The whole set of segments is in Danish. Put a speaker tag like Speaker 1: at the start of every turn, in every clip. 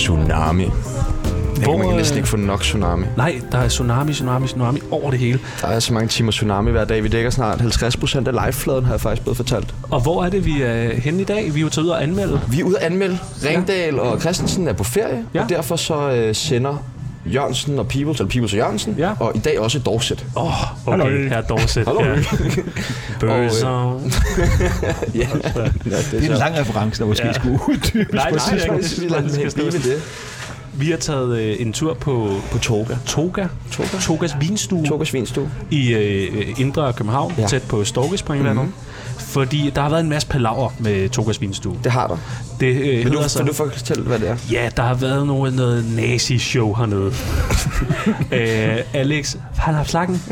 Speaker 1: Tsunami.
Speaker 2: Hvor,
Speaker 1: man kan næsten ikke få nok tsunami.
Speaker 2: Nej, der er tsunami over det hele.
Speaker 1: Der er så mange timer tsunami hver dag. Vi dækker snart 50% af livefladen, har jeg faktisk blevet fortalt.
Speaker 2: Og hvor er det, vi er henne i dag? Vi er jo taget ud og anmelde.
Speaker 1: Vi er ude at anmelde. Ringdal og Christensen er på ferie, og derfor så sender Jørgensen og Peebles, eller Peebles og Jørgensen, og i dag også Dorset.
Speaker 2: Okay, her Dorset.
Speaker 1: Hallo.
Speaker 2: Bøsser.
Speaker 3: Det er en lang reference, der måske skulle uddybe.
Speaker 2: Nej,
Speaker 1: det.
Speaker 2: Vi har taget en tur på Togas vinstue.
Speaker 1: Togas vinstue.
Speaker 2: I Indre København, tæt på Storkespringvandet. Fordi der har været en masse palaver med Togas vinstue.
Speaker 1: Det har der.
Speaker 2: Vil
Speaker 1: du fortælle, hvad det er?
Speaker 2: Ja, der har været noget nazi-show hernede. Alex Vanopslagh.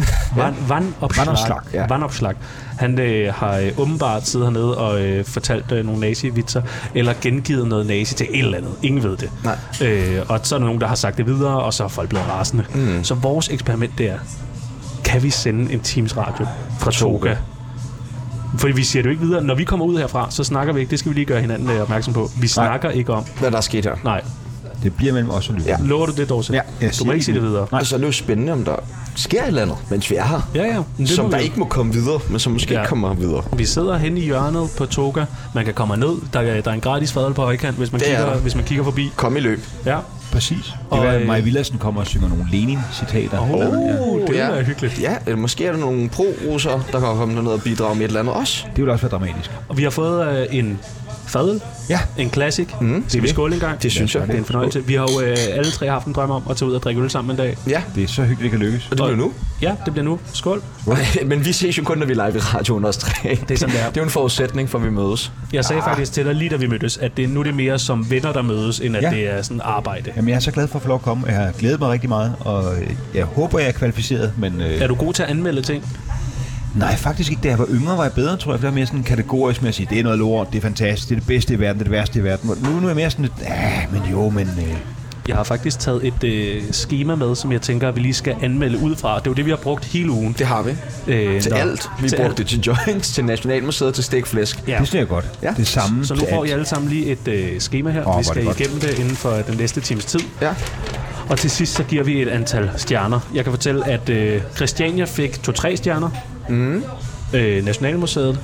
Speaker 2: Vanopslagh. Han har åbenbart siddet hernede og fortalt nogle nazi-vitser, eller gengivet noget nazi til et eller andet. Ingen ved det. Og så er der nogen, der har sagt det videre, og så er folk blevet rasende. Så vores eksperiment, det er, kan vi sende en Teams radio fra Toga? Fordi vi siger det jo ikke videre. Når vi kommer ud herfra, så snakker vi ikke. Det skal vi lige gøre hinanden opmærksom på. Vi snakker ikke om,
Speaker 1: hvad der er sket her.
Speaker 2: Nej.
Speaker 3: Det bliver mellem os og lytter.
Speaker 2: Ja. Lover du det, Dorset?
Speaker 3: Ja,
Speaker 2: du må ikke sige det videre.
Speaker 1: Nej. Så er det jo spændende, om der sker et eller andet, mens vi er her.
Speaker 2: Ja.
Speaker 1: Som der ikke må komme videre, men som måske ikke kommer videre.
Speaker 2: Vi sidder henne i hjørnet på Toga. Man kan komme ned. Der er en gratis fadøl på højkant, hvis man kigger forbi.
Speaker 1: Kom i løb.
Speaker 2: Ja.
Speaker 3: Præcis. Det er, Maja Villadsen kommer og synger nogle Lenin-citater.
Speaker 2: Det er hyggeligt.
Speaker 1: Ja, eller måske er der nogle pro-russer, der kan komme derned og bidrage med et eller andet også.
Speaker 3: Det vil også være dramatisk.
Speaker 2: Og vi har fået en fadøl. Ja. En classic. Skal vi skåle en gang?
Speaker 1: Det synes jeg.
Speaker 2: Det er en fornøjelse. Vi har jo alle tre haft en drøm om at tage ud og drikke øl sammen en dag.
Speaker 1: Ja.
Speaker 3: Det er så hyggeligt, det kan lykkes.
Speaker 1: Og det bliver nu?
Speaker 2: Ja, det bliver nu. Skål.
Speaker 1: Men vi ses jo kun, når vi er live i radioen os tre.
Speaker 2: Det er sådan, det er.
Speaker 1: Det er jo en forudsætning for, at vi mødes.
Speaker 2: Jeg sagde faktisk til dig lige da vi mødtes, at nu er det mere som venner, der mødes, end at det er sådan arbejde.
Speaker 3: Jamen, jeg er så glad for at få lov at komme. Jeg har glædet mig rigtig meget, og jeg håber, jeg er kvalificeret. Men,
Speaker 2: er du god til at anmelde ting?
Speaker 3: Nej, faktisk ikke. Da jeg var yngre, var jeg bedre, tror jeg. For jeg var mere sådan kategorisk med at sige, det er noget lort, det er fantastisk, det er det bedste i verden, det er det værste i verden. Nu er jeg mere sådan lidt,
Speaker 2: Jeg har faktisk taget et schema med, som jeg tænker, at vi lige skal anmelde ud fra. Det er jo det, vi har brugt hele ugen.
Speaker 1: Det har vi. Til alt. Vi brugte det til joints, til Nationalmuseet, til stegflæsk.
Speaker 3: Ja. Det synes jeg godt. Ja. Det samme.
Speaker 2: Så nu får I alle sammen lige et schema her. Vi skal igennem det inden for den næste times tid.
Speaker 1: Ja.
Speaker 2: Og til sidst så giver vi et antal stjerner. Jeg kan fortælle, at Christiania fik 2-3 stjerner. Nationalmuseet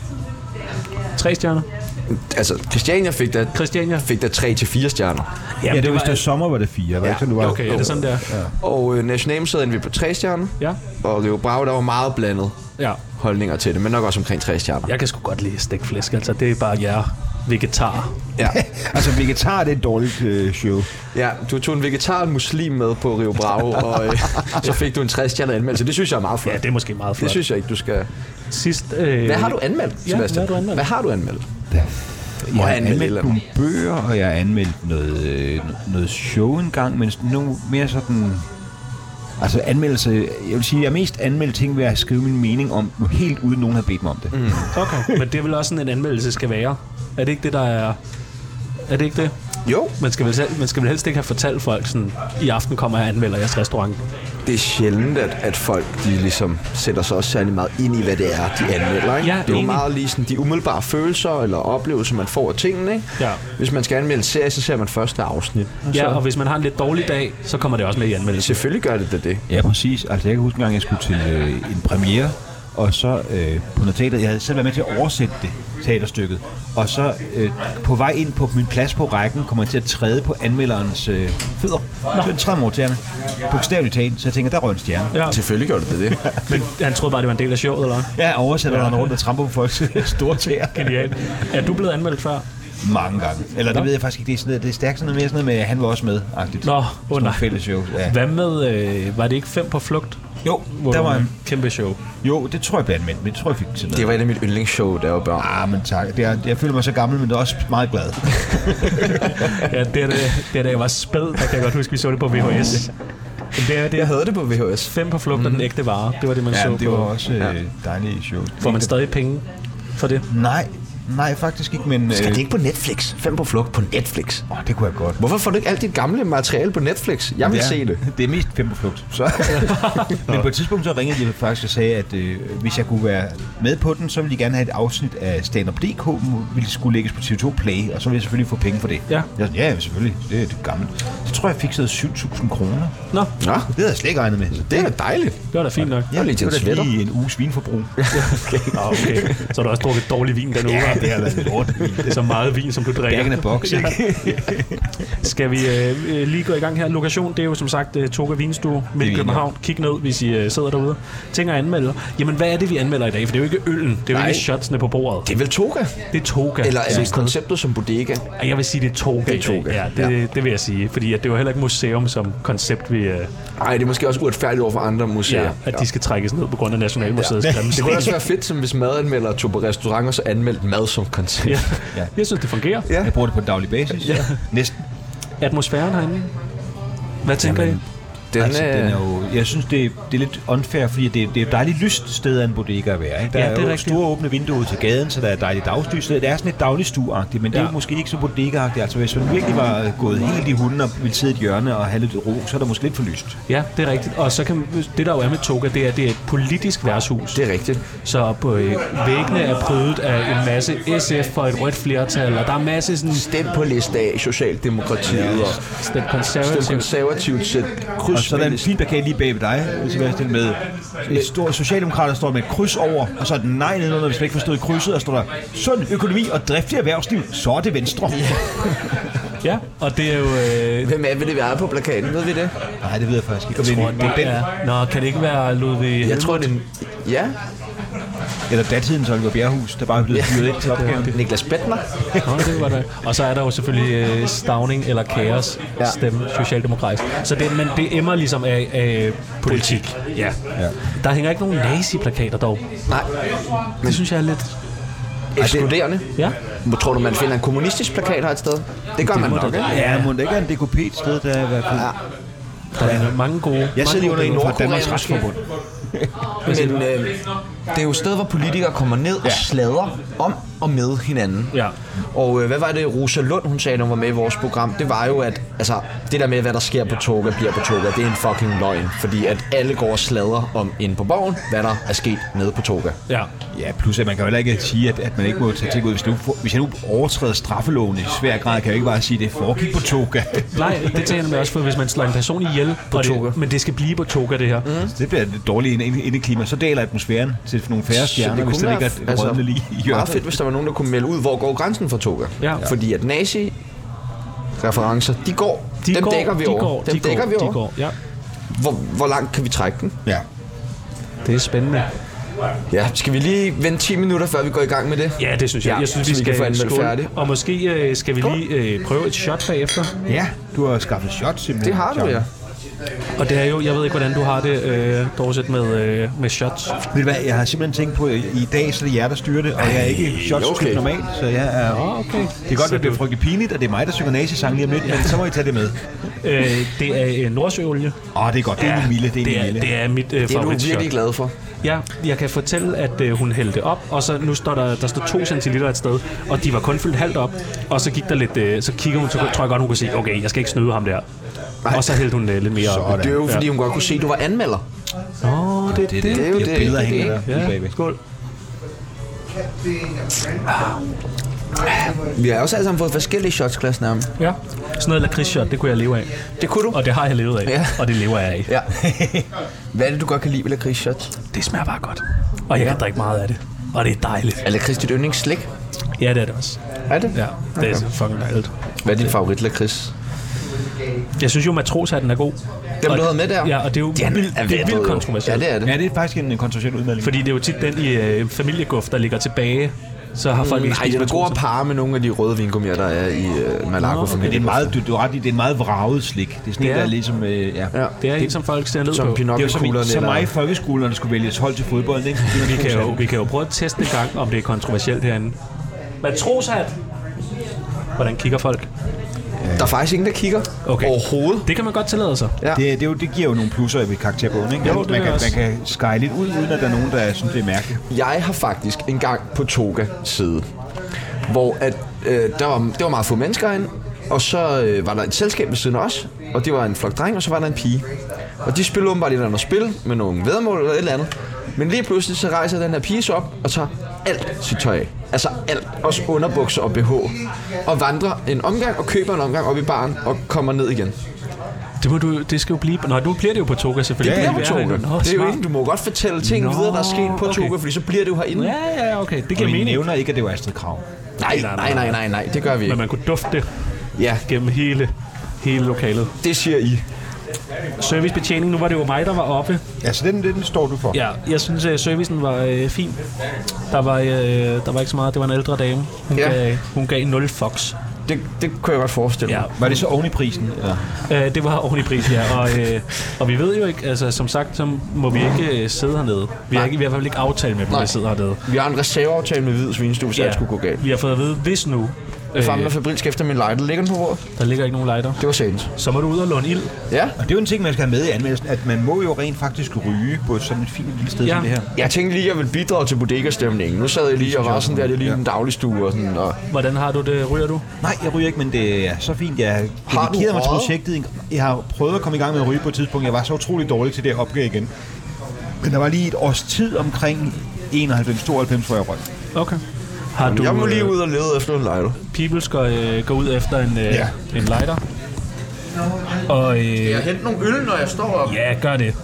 Speaker 2: 3 stjerner.
Speaker 1: Altså, Christiania fik da 3-4 stjerner.
Speaker 3: Ja, det var, hvis det var sommer, var det 4.
Speaker 1: Ja.
Speaker 2: Okay, er det sådan der? Ja.
Speaker 1: Og Nationalmuseet endte vi på 3 stjerner.
Speaker 2: Ja.
Speaker 1: Og Rio Bravo, der var meget blandet holdninger til det, men nok også omkring 3 stjerner.
Speaker 2: Jeg kan sgu godt lide stegflæsk, altså det er bare jer vegetar.
Speaker 1: Ja.
Speaker 3: Altså vegetar, det er et dårligt show.
Speaker 1: Ja, du tog en vegetar og en muslim med på Rio Bravo, og så fik du en 60-stjernet anmeldelse. Det synes jeg er meget flot.
Speaker 2: Ja, det er måske meget flot.
Speaker 1: Det synes jeg ikke, du skal...
Speaker 2: Sidst,
Speaker 1: Hvad har du anmeldt, Sebastian? Hvad har du anmeldt?
Speaker 3: Jeg har anmeldt nogle bøger, og jeg har anmeldt noget show engang, men nu mere sådan... Altså anmeldelse... Jeg vil sige, jeg er mest anmeldt ting ved at skrive min mening om, helt uden nogen har bedt mig om det.
Speaker 2: Okay, men det er vel også sådan, en anmeldelse skal være. Er det ikke det, der er... Er det ikke det?
Speaker 1: Jo.
Speaker 2: Man skal vel helst ikke have fortalt folk sådan, i aften kommer jeg og anmelder jeres restaurant.
Speaker 1: Det er sjældent, at folk de ligesom sætter sig også særlig meget ind i, hvad det er, de anmelder. Ikke?
Speaker 2: Ja,
Speaker 1: det er jo meget lige sådan, de umiddelbare følelser eller oplevelser, man får af tingene. Ikke?
Speaker 2: Ja.
Speaker 1: Hvis man skal anmelde serie, så ser man første afsnit.
Speaker 2: Og hvis man har en lidt dårlig dag, så kommer det også med i anmeldelsen.
Speaker 1: Selvfølgelig gør det.
Speaker 3: Ja, præcis. Altså, jeg kan huske en gang, jeg skulle til en premiere, og så på noget teater, jeg havde selv været med til at oversætte det teaterstykket, og så på vej ind på min plads på rækken, kommer jeg til at træde på anmelderens fødder. Så en træde over tæerne. Bogstaveligt talt, så jeg tænker, der røg en stjerne.
Speaker 1: Ja. Selvfølgelig gjorde det.
Speaker 2: Men han troede bare, det var en del af showet, eller?
Speaker 3: Ja, oversætter han rundt og tramper på folks store tæer.
Speaker 2: Genialt. Er du blevet anmeldt før?
Speaker 3: Mange gange. Eller det ved jeg faktisk ikke. Det er stærkt sådan noget mere sådan noget med, at han var også med-agtigt.
Speaker 2: Nå, nej.
Speaker 3: Fælles show. Ja.
Speaker 2: Hvad med, var det ikke 5 på flugt?
Speaker 3: Jo, der var en
Speaker 2: kæmpe show.
Speaker 3: Jo, det tror jeg blev anmeldt, men det tror jeg fik til noget.
Speaker 1: Det var et af mit yndlingsshow, der var børn.
Speaker 3: Men tak. Jeg føler mig så gammel, men det er også meget glad.
Speaker 2: Ja, det er da jeg var spæd, der kan jeg godt huske, vi så det på VHS.
Speaker 1: Jeg havde det på VHS.
Speaker 2: 5 på flugt og den ægte vare. Det var det, man så på.
Speaker 3: Ja, det var også dejligt show.
Speaker 2: Får man stadig penge for det?
Speaker 3: Nej, Nej, faktisk ikke, men...
Speaker 1: Skal det ikke på Netflix? 5 på flugt på Netflix.
Speaker 3: Det kunne jeg godt.
Speaker 1: Hvorfor får du ikke alt dit gamle materiale på Netflix? Jeg vil se det.
Speaker 3: Det er mest 5 på flugt. Så. Men på et tidspunkt så ringede de faktisk og sagde, at hvis jeg kunne være med på den, så ville de gerne have et afsnit af Stand-Up.dk, ville skulle lægges på TV2 Play, og så ville jeg selvfølgelig få penge for det.
Speaker 2: Ja.
Speaker 3: Ja, selvfølgelig. Det er det gamle. Så tror jeg fik 7.000 kroner.
Speaker 2: Nå.
Speaker 1: Ja.
Speaker 3: Det havde jeg slet ikke regnet med.
Speaker 1: Det er dejligt.
Speaker 2: Det var da fint nok.
Speaker 1: Ja, det
Speaker 3: var lige en uges vinforbrug.
Speaker 2: Okay. Så har du også drukket dårlig vin den uge.
Speaker 3: Ja, det har været lort.
Speaker 2: Det er så meget vin, som du drikker.
Speaker 3: Back in a box, ikke?
Speaker 2: Skal vi lige gå i gang her? Lokation, det er jo som sagt Toga Vinstue midt i København. Kig ned, hvis I sidder derude. Tænker at anmelde. Jamen, hvad er det, vi anmelder i dag? For det er jo ikke øllen. Det er jo ikke shotsene på bordet.
Speaker 1: Det er vel Toga?
Speaker 2: Det er Toga.
Speaker 1: Eller er det konceptet som bodega?
Speaker 2: Jeg vil sige, det er Toga.
Speaker 1: Det er Toga.
Speaker 2: Ja, det vil jeg sige. Fordi at det var heller ikke museum som koncept, vi...
Speaker 1: Nej, det er måske også uretfærdigt over for andre museer.
Speaker 2: Ja, at de skal trækkes ned på grund af Nationalmuseets grimme.
Speaker 1: Det kunne også være fedt, som hvis madanmelder tog på restauranter, så anmeldt mad som koncept.
Speaker 2: Ja. Jeg synes, det fungerer.
Speaker 3: Ja. Jeg bruger det på en daglig basis.
Speaker 2: Ja.
Speaker 3: Næsten.
Speaker 2: Atmosfæren herinde. Hvad tænker I?
Speaker 3: Den er jo, jeg synes, det er lidt unfair, fordi det er et dejligt lyst sted af en bodega at være. Ikke? Der er jo store åbne vinduer ud til gaden, så der er dejligt dagslys. Det er sådan et dagligstueagtigt, men det er jo måske ikke så bodega-agtigt. Altså, hvis man virkelig var gået helt i hunden og ville sidde i et hjørne og have lidt ro, så er der måske lidt for lyst.
Speaker 2: Ja, det er rigtigt. Og så kan det, der jo er med Toga, det er et politisk værtshus.
Speaker 1: Det er rigtigt.
Speaker 2: Så på væggene er prydet af en masse SF for et rødt flertal, og der er masse sådan...
Speaker 1: Stem på liste af Socialdemokratiet og
Speaker 2: Stem
Speaker 1: konservativt sæt kryds.
Speaker 3: Så er der en fin plakat lige bag ved dig, Sebastian, med et stort socialdemokrater, der står med et kryds over, og så er den nej nedenunder, hvis man ikke forstår krydset, og står der sund økonomi og driftig erhvervsliv, så er det Venstre.
Speaker 2: Ja, og det er jo...
Speaker 1: Hvem vil det være på plakaten, ved vi det?
Speaker 3: Nej, det ved jeg faktisk ikke.
Speaker 2: Jeg tror, det er... Nå, kan det ikke være Ludvig...
Speaker 1: Jeg tror, det er... Ja.
Speaker 3: Eller datidens Oliver Bjerrehus, der bare er blevet fyret ind til opgaven.
Speaker 1: Niklas Bettner.
Speaker 2: Nå, det var det. Og så er der jo selvfølgelig Stauning eller Kaos stemme socialdemokratisk. Så men det emmer ligesom af politik. Ja. Der hænger ikke nogen nazi-plakater dog.
Speaker 1: Nej.
Speaker 2: Det synes jeg er lidt...
Speaker 1: Ekskluderende.
Speaker 2: Ja.
Speaker 1: Tror du, man finder en kommunistisk plakat her et sted? Det gør man nok, ikke?
Speaker 3: Ja, må det ikke er en DKP et sted, der er i hvert fald.
Speaker 2: Der er mange gode...
Speaker 3: Jeg sidder lige under en fra Danmarks Retsforbund.
Speaker 1: Men det er jo et sted, hvor politikere kommer ned og sladrer om og med hinanden.
Speaker 2: Ja.
Speaker 1: Og hvad var det, Rosa Lund, hun sagde, når hun var med i vores program? Det var jo, at det der med, hvad der sker på Toga, bliver på Toga, det er en fucking løgn. Fordi at alle går og sladrer om inde på Borgen, hvad der er sket nede på Toga.
Speaker 3: Ja, plus at man kan jo heller ikke sige, at man ikke må tage ting ud. Hvis jeg nu overtræder straffeloven i svær grad, kan jeg ikke bare sige, at det foregik på Toga.
Speaker 2: Nej, det tænker jeg også for, hvis man slår en person ihjel på Toga. Men det skal blive på Toga, det her.
Speaker 3: Det bliver et dårligt indeklima. Så deler atmosfæren til nogle færre stjerner, hvis der ligger et rødende lige i hjørnet.
Speaker 1: Meget fedt, hvis der var nogen, der kunne melde ud, hvor går grænsen for Toga. Ja. Fordi at nazi-referencer, de dækker vi over. Dem dækker vi over.
Speaker 2: Ja.
Speaker 1: Hvor langt kan vi trække den?
Speaker 3: Ja.
Speaker 2: Det er spændende.
Speaker 1: Ja, skal vi lige vente 10 minutter, før vi går i gang med det?
Speaker 2: Ja, det synes jeg. Jeg synes, vi skal få anmeldt færdigt. Og måske skal vi lige prøve et shot bagefter.
Speaker 3: Ja, du har skaffet shot simpelthen.
Speaker 1: Det har du, ja.
Speaker 2: Og det er jo, jeg ved ikke, hvordan du har det, Dorset, med shots.
Speaker 3: Ved du hvad, jeg har simpelthen tænkt på, i dag så er det jer, der styrer det, og jeg er ikke shots normalt, så jeg er...
Speaker 2: Okay.
Speaker 3: Det er godt, at det bliver frygtelig pinligt, og det er mig, der synger nazi-sang lige om lidt, men så må I tage det med.
Speaker 2: Det er nordsøolie.
Speaker 3: Det er godt. Det er min milde.
Speaker 2: Det er mit favoritshot.
Speaker 1: Det er du virkelig glad for.
Speaker 2: Ja, jeg kan fortælle, at hun hældte op, og så nu står der står 2 centiliter et sted, og de var kun fyldt halvt op, og så gik der lidt, så kigger hun, så tror jeg godt, hun kunne sige, okay, jeg skal ikke snyde ham der. Nej. Og så hældte hun lidt mere op.
Speaker 1: Det er jo, fordi hun godt kunne se, at du var anmelder.
Speaker 2: Det er
Speaker 3: jo det. Billeder hænger der.
Speaker 2: Ja, skål.
Speaker 1: Vi har også alle sammen fået forskellige shotsglas nærmest.
Speaker 2: Ja, sådan noget lakridsshot, det kunne jeg leve af.
Speaker 1: Det kunne du?
Speaker 2: Og det har jeg levet af, og det lever jeg af.
Speaker 1: Ja. Hvad er det, du godt kan lide ved lakridsshots?
Speaker 2: Det smager bare godt. Og jeg kan drikke meget af det. Og det er dejligt.
Speaker 1: Er lakrids dit yndlingsslik?
Speaker 2: Ja, det er det også.
Speaker 1: Er det?
Speaker 2: Ja, det er fucking dejligt.
Speaker 1: Hvad er din favorit lakrids?
Speaker 2: Jeg synes jo, matroshatten er god.
Speaker 1: Dem, du havde med der?
Speaker 2: Ja, og det er jo vildt kontroversielt.
Speaker 1: Ja, det er det.
Speaker 3: Ja, det er faktisk en kontroversiel udmelding.
Speaker 2: Fordi det er jo tit den i familieguft, der ligger tilbage. Så har folk ikke spist
Speaker 1: det er gode at parre med nogle af de røde vingummier, der er i Malaco-familien.
Speaker 3: Det er ret i, det er en meget vraget slik. Det er sådan en, der ligesom...
Speaker 2: Det er en, som folk ser ned
Speaker 1: som
Speaker 2: på.
Speaker 1: Det er
Speaker 3: jo som mig i folkeskolen, når der skulle vælges hold til fodbold. Ikke?
Speaker 2: Vi kan jo prøve at teste en gang, om det er kontroversielt herinde. Matroshat! Hvordan kigger folk?
Speaker 1: Der er faktisk ingen, der kigger overhovedet.
Speaker 2: Det kan man godt tillade sig.
Speaker 3: Ja. Det giver jo nogle plusser ved karakterbogen, ikke?
Speaker 2: Jo, man
Speaker 3: kan skyle lidt ud, uden at der er nogen, der synes, det er mærkeligt.
Speaker 1: Jeg har faktisk engang på Toga siddet hvor at, der var meget få mennesker herinde, og så var der et selskab ved siden af os, og det var en flok dreng, og så var der en pige. Og de spillede åbenbart et eller andet spil med nogle væddemål eller et eller andet. Men lige pludselig så rejser den her pige sig op og tager alt sit tøj af. Altså alt, også underbukser og BH. Og vandrer en omgang og køber en omgang op i baren og kommer ned igen.
Speaker 2: Det skal jo blive... Nå, nu bliver det jo på Toga selvfølgelig.
Speaker 1: Ja, på Toga. Det er jo ikke, du må godt fortælle ting videre, der er sket på Toga, fordi så bliver det jo herinde.
Speaker 2: Ja, okay. Det giver mening.
Speaker 3: nævner ikke, at det var Astrid Krag.
Speaker 1: Nej, det gør vi ikke.
Speaker 2: Men man kunne dufte det gennem hele lokalet.
Speaker 1: Det siger I.
Speaker 2: Servicebetjening, nu var det jo mig, der var oppe.
Speaker 3: Ja, så den står du for.
Speaker 2: Ja, jeg synes, at servicen var fin. Der var ikke så meget. Det var en ældre dame. Hun gav 0 fucks.
Speaker 1: Det kunne jeg godt forestille mig.
Speaker 3: Ja. Var det så oven i prisen?
Speaker 2: Ja. Det var oven i prisen, ja. Og vi ved jo ikke, altså som sagt, så må vi ikke sidde hernede. Vi har i hvert fald ikke aftalt med dem, at sidde hernede.
Speaker 1: Vi har en reserveaftale med Hvid Svinestue, hvis alt skulle gå galt.
Speaker 2: Vi har fået at vide, hvis nu...
Speaker 1: Famler fabrilsk efter min lighter. Ligger den på bordet?
Speaker 2: Der ligger ikke nogen lighter.
Speaker 1: Det var sent.
Speaker 2: Så må du ud og låne ild.
Speaker 1: Ja.
Speaker 3: Og det er jo en ting, man skal have med i anmeldelsen, at man må jo rent faktisk ryge på sådan et fint lille sted som det her.
Speaker 1: Jeg tænkte lige, at jeg ville bidrage til bodegastemningen. Nu sad jeg lige og var sådan der, det er lige en dagligstue og sådan. Og...
Speaker 2: Hvordan har du det? Ryger du?
Speaker 3: Nej, jeg ryger ikke, men det er så fint. Jeg dedikerede mig til projektet. Jeg har prøvet at komme i gang med at ryge på et tidspunkt. Jeg var så utrolig dårlig til det at opgave igen. Men der var lige et års tid omkring 91-92, hvor jeg røg.
Speaker 2: Okay.
Speaker 1: Jeg må lige ud og lede efter en lighter.
Speaker 2: People skal gå ud efter en lighter. Og,
Speaker 1: skal jeg hente nogle øl, når jeg står op?
Speaker 2: Ja, gør det.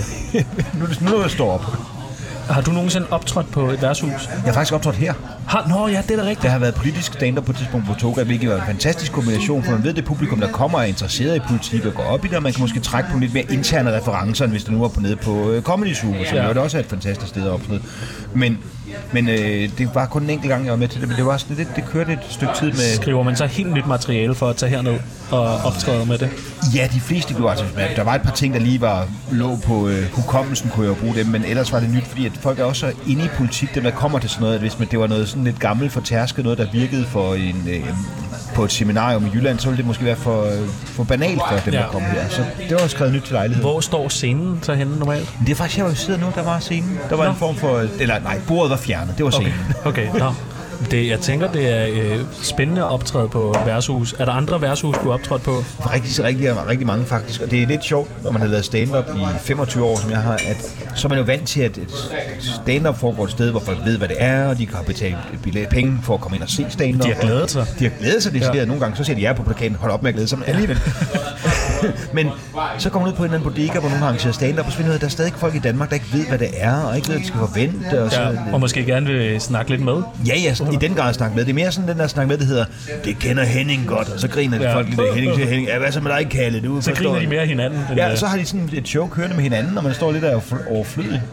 Speaker 3: nu jeg står op.
Speaker 2: Har du nogensinde optrådt på et værtshus?
Speaker 3: Jeg har faktisk optrådt her.
Speaker 2: Nå ja, det er da rigtigt.
Speaker 3: Der har været politisk stand-up på et tidspunkt på Toga, hvilket var en fantastisk kombination, for man ved, det publikum, der kommer, er interesseret i politik og går op i det, og man kan måske trække på lidt mere interne referencer, end hvis det nu var på nede på Comedy Zoo, som jo også er et fantastisk sted at optræde. Men det var kun en enkelt gang, jeg var med til det, men det var sådan lidt, det kørte et stykke tid med...
Speaker 2: Skriver man så helt nyt materiale for at tage herned og optræde med det?
Speaker 3: Ja, de fleste gjorde altså. Der var et par ting, der lige lå på hukommelsen, kunne jeg bruge dem, men ellers var det nyt, fordi at folk er også inde i politik, dem der kommer til sådan noget, at hvis det var noget sådan lidt gammelt fortærsket, noget der virkede for på et seminarium i Jylland, så ville det måske være for banalt for dem, der kom her. Så det var skrevet nyt til lejligheden.
Speaker 2: Hvor står scenen så henne normalt?
Speaker 3: Det er faktisk her, hvor vi sidder nu, der var scenen. Der var en form for... bordet var fjernet. Det var scenen.
Speaker 2: Okay. Jeg tænker, det er spændende at optræde på værtshus. Er der andre værtshus, du har optrådt på?
Speaker 3: Rigtig mange faktisk. Og det er lidt sjovt, når man har lavet stand-up i 25 år, som jeg har, at så er man jo vant til, at stand-up foregår et sted, hvor folk ved, hvad det er, og de kan betale penge for at komme ind og se stand-up.
Speaker 2: De har glædet sig.
Speaker 3: Det nogle gange. Så siger de ja på plakaten, hold op med at glæde sig, men alligevel. Men så kommer man ud på en eller anden bodega, hvor nogen har arrangeret stand-up, og så finder ud af, at der er stadig folk i Danmark, der ikke ved, hvad det er, og ikke ved, hvad de skal forvente.
Speaker 2: Og måske gerne vil snakke lidt med.
Speaker 3: Ja, i den grad snakke med. Det er mere sådan den der snak med, det hedder, det kender Henning godt, og så griner de folk lidt af Henning. Ja, hvad så med dig, Kalle? Du
Speaker 2: så griner de mere hinanden.
Speaker 3: Ja, så har de sådan et show kørende med hinanden, og man står lidt overflødig.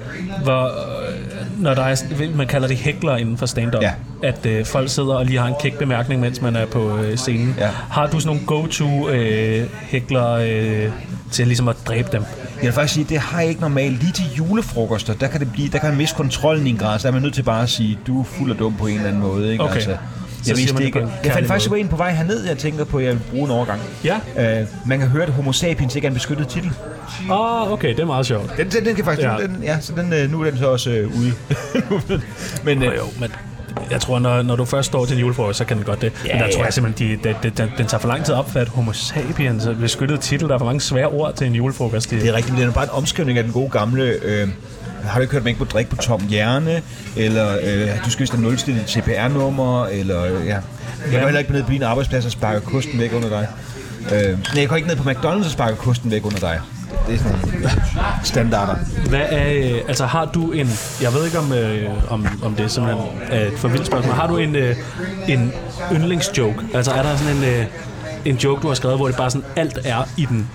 Speaker 2: Når der er, man kalder det hækler inden for stand-up, at folk sidder og lige har en kæk bemærkning, mens man er på scenen. Ja. Har du sådan nogle go-to hækler til ligesom at dræbe dem?
Speaker 3: Jeg vil faktisk sige, det har jeg ikke normalt. Lige til julefrokoster, der kan man miste kontrollen i en grad, så der er man nødt til bare at sige, du er fuld og dum på en eller anden måde. Ikke?
Speaker 2: Okay.
Speaker 3: Altså, jeg fandt faktisk en på vej herned, jeg tænker på, at jeg vil bruge en overgang.
Speaker 2: Ja.
Speaker 3: Man kan høre, at Homo sapiens ikke er en beskyttet titel.
Speaker 2: Okay, det er meget sjovt.
Speaker 3: Den kan faktisk... Nu er den så også ude.
Speaker 2: men jeg tror, når du først står til en julefrokost, så kan den godt det. Men der tror jeg simpelthen, den tager for lang tid at opfatte Homo sapiens, beskyttet titel. Der er for mange svære ord til en julefrokost.
Speaker 3: Det er rigtigt, men det er bare en omskrivning af den gode gamle... har du ikke hørt, man ikke må drikke på tom hjerne? Eller du skal vist have nulstillet et CPR-nummer? Eller Jeg går heller ikke ned på din arbejdsplads og sparker kosten væk under dig. Jeg går ikke ned på McDonald's og sparker kosten væk under dig. Det er sådan standarder.
Speaker 2: Hvad er, har du en... Jeg ved ikke, om det er simpelthen et for vildt spørgsmål. Har du en yndlingsjoke? Altså, er der sådan en joke, du har skrevet, hvor det bare sådan alt er i den?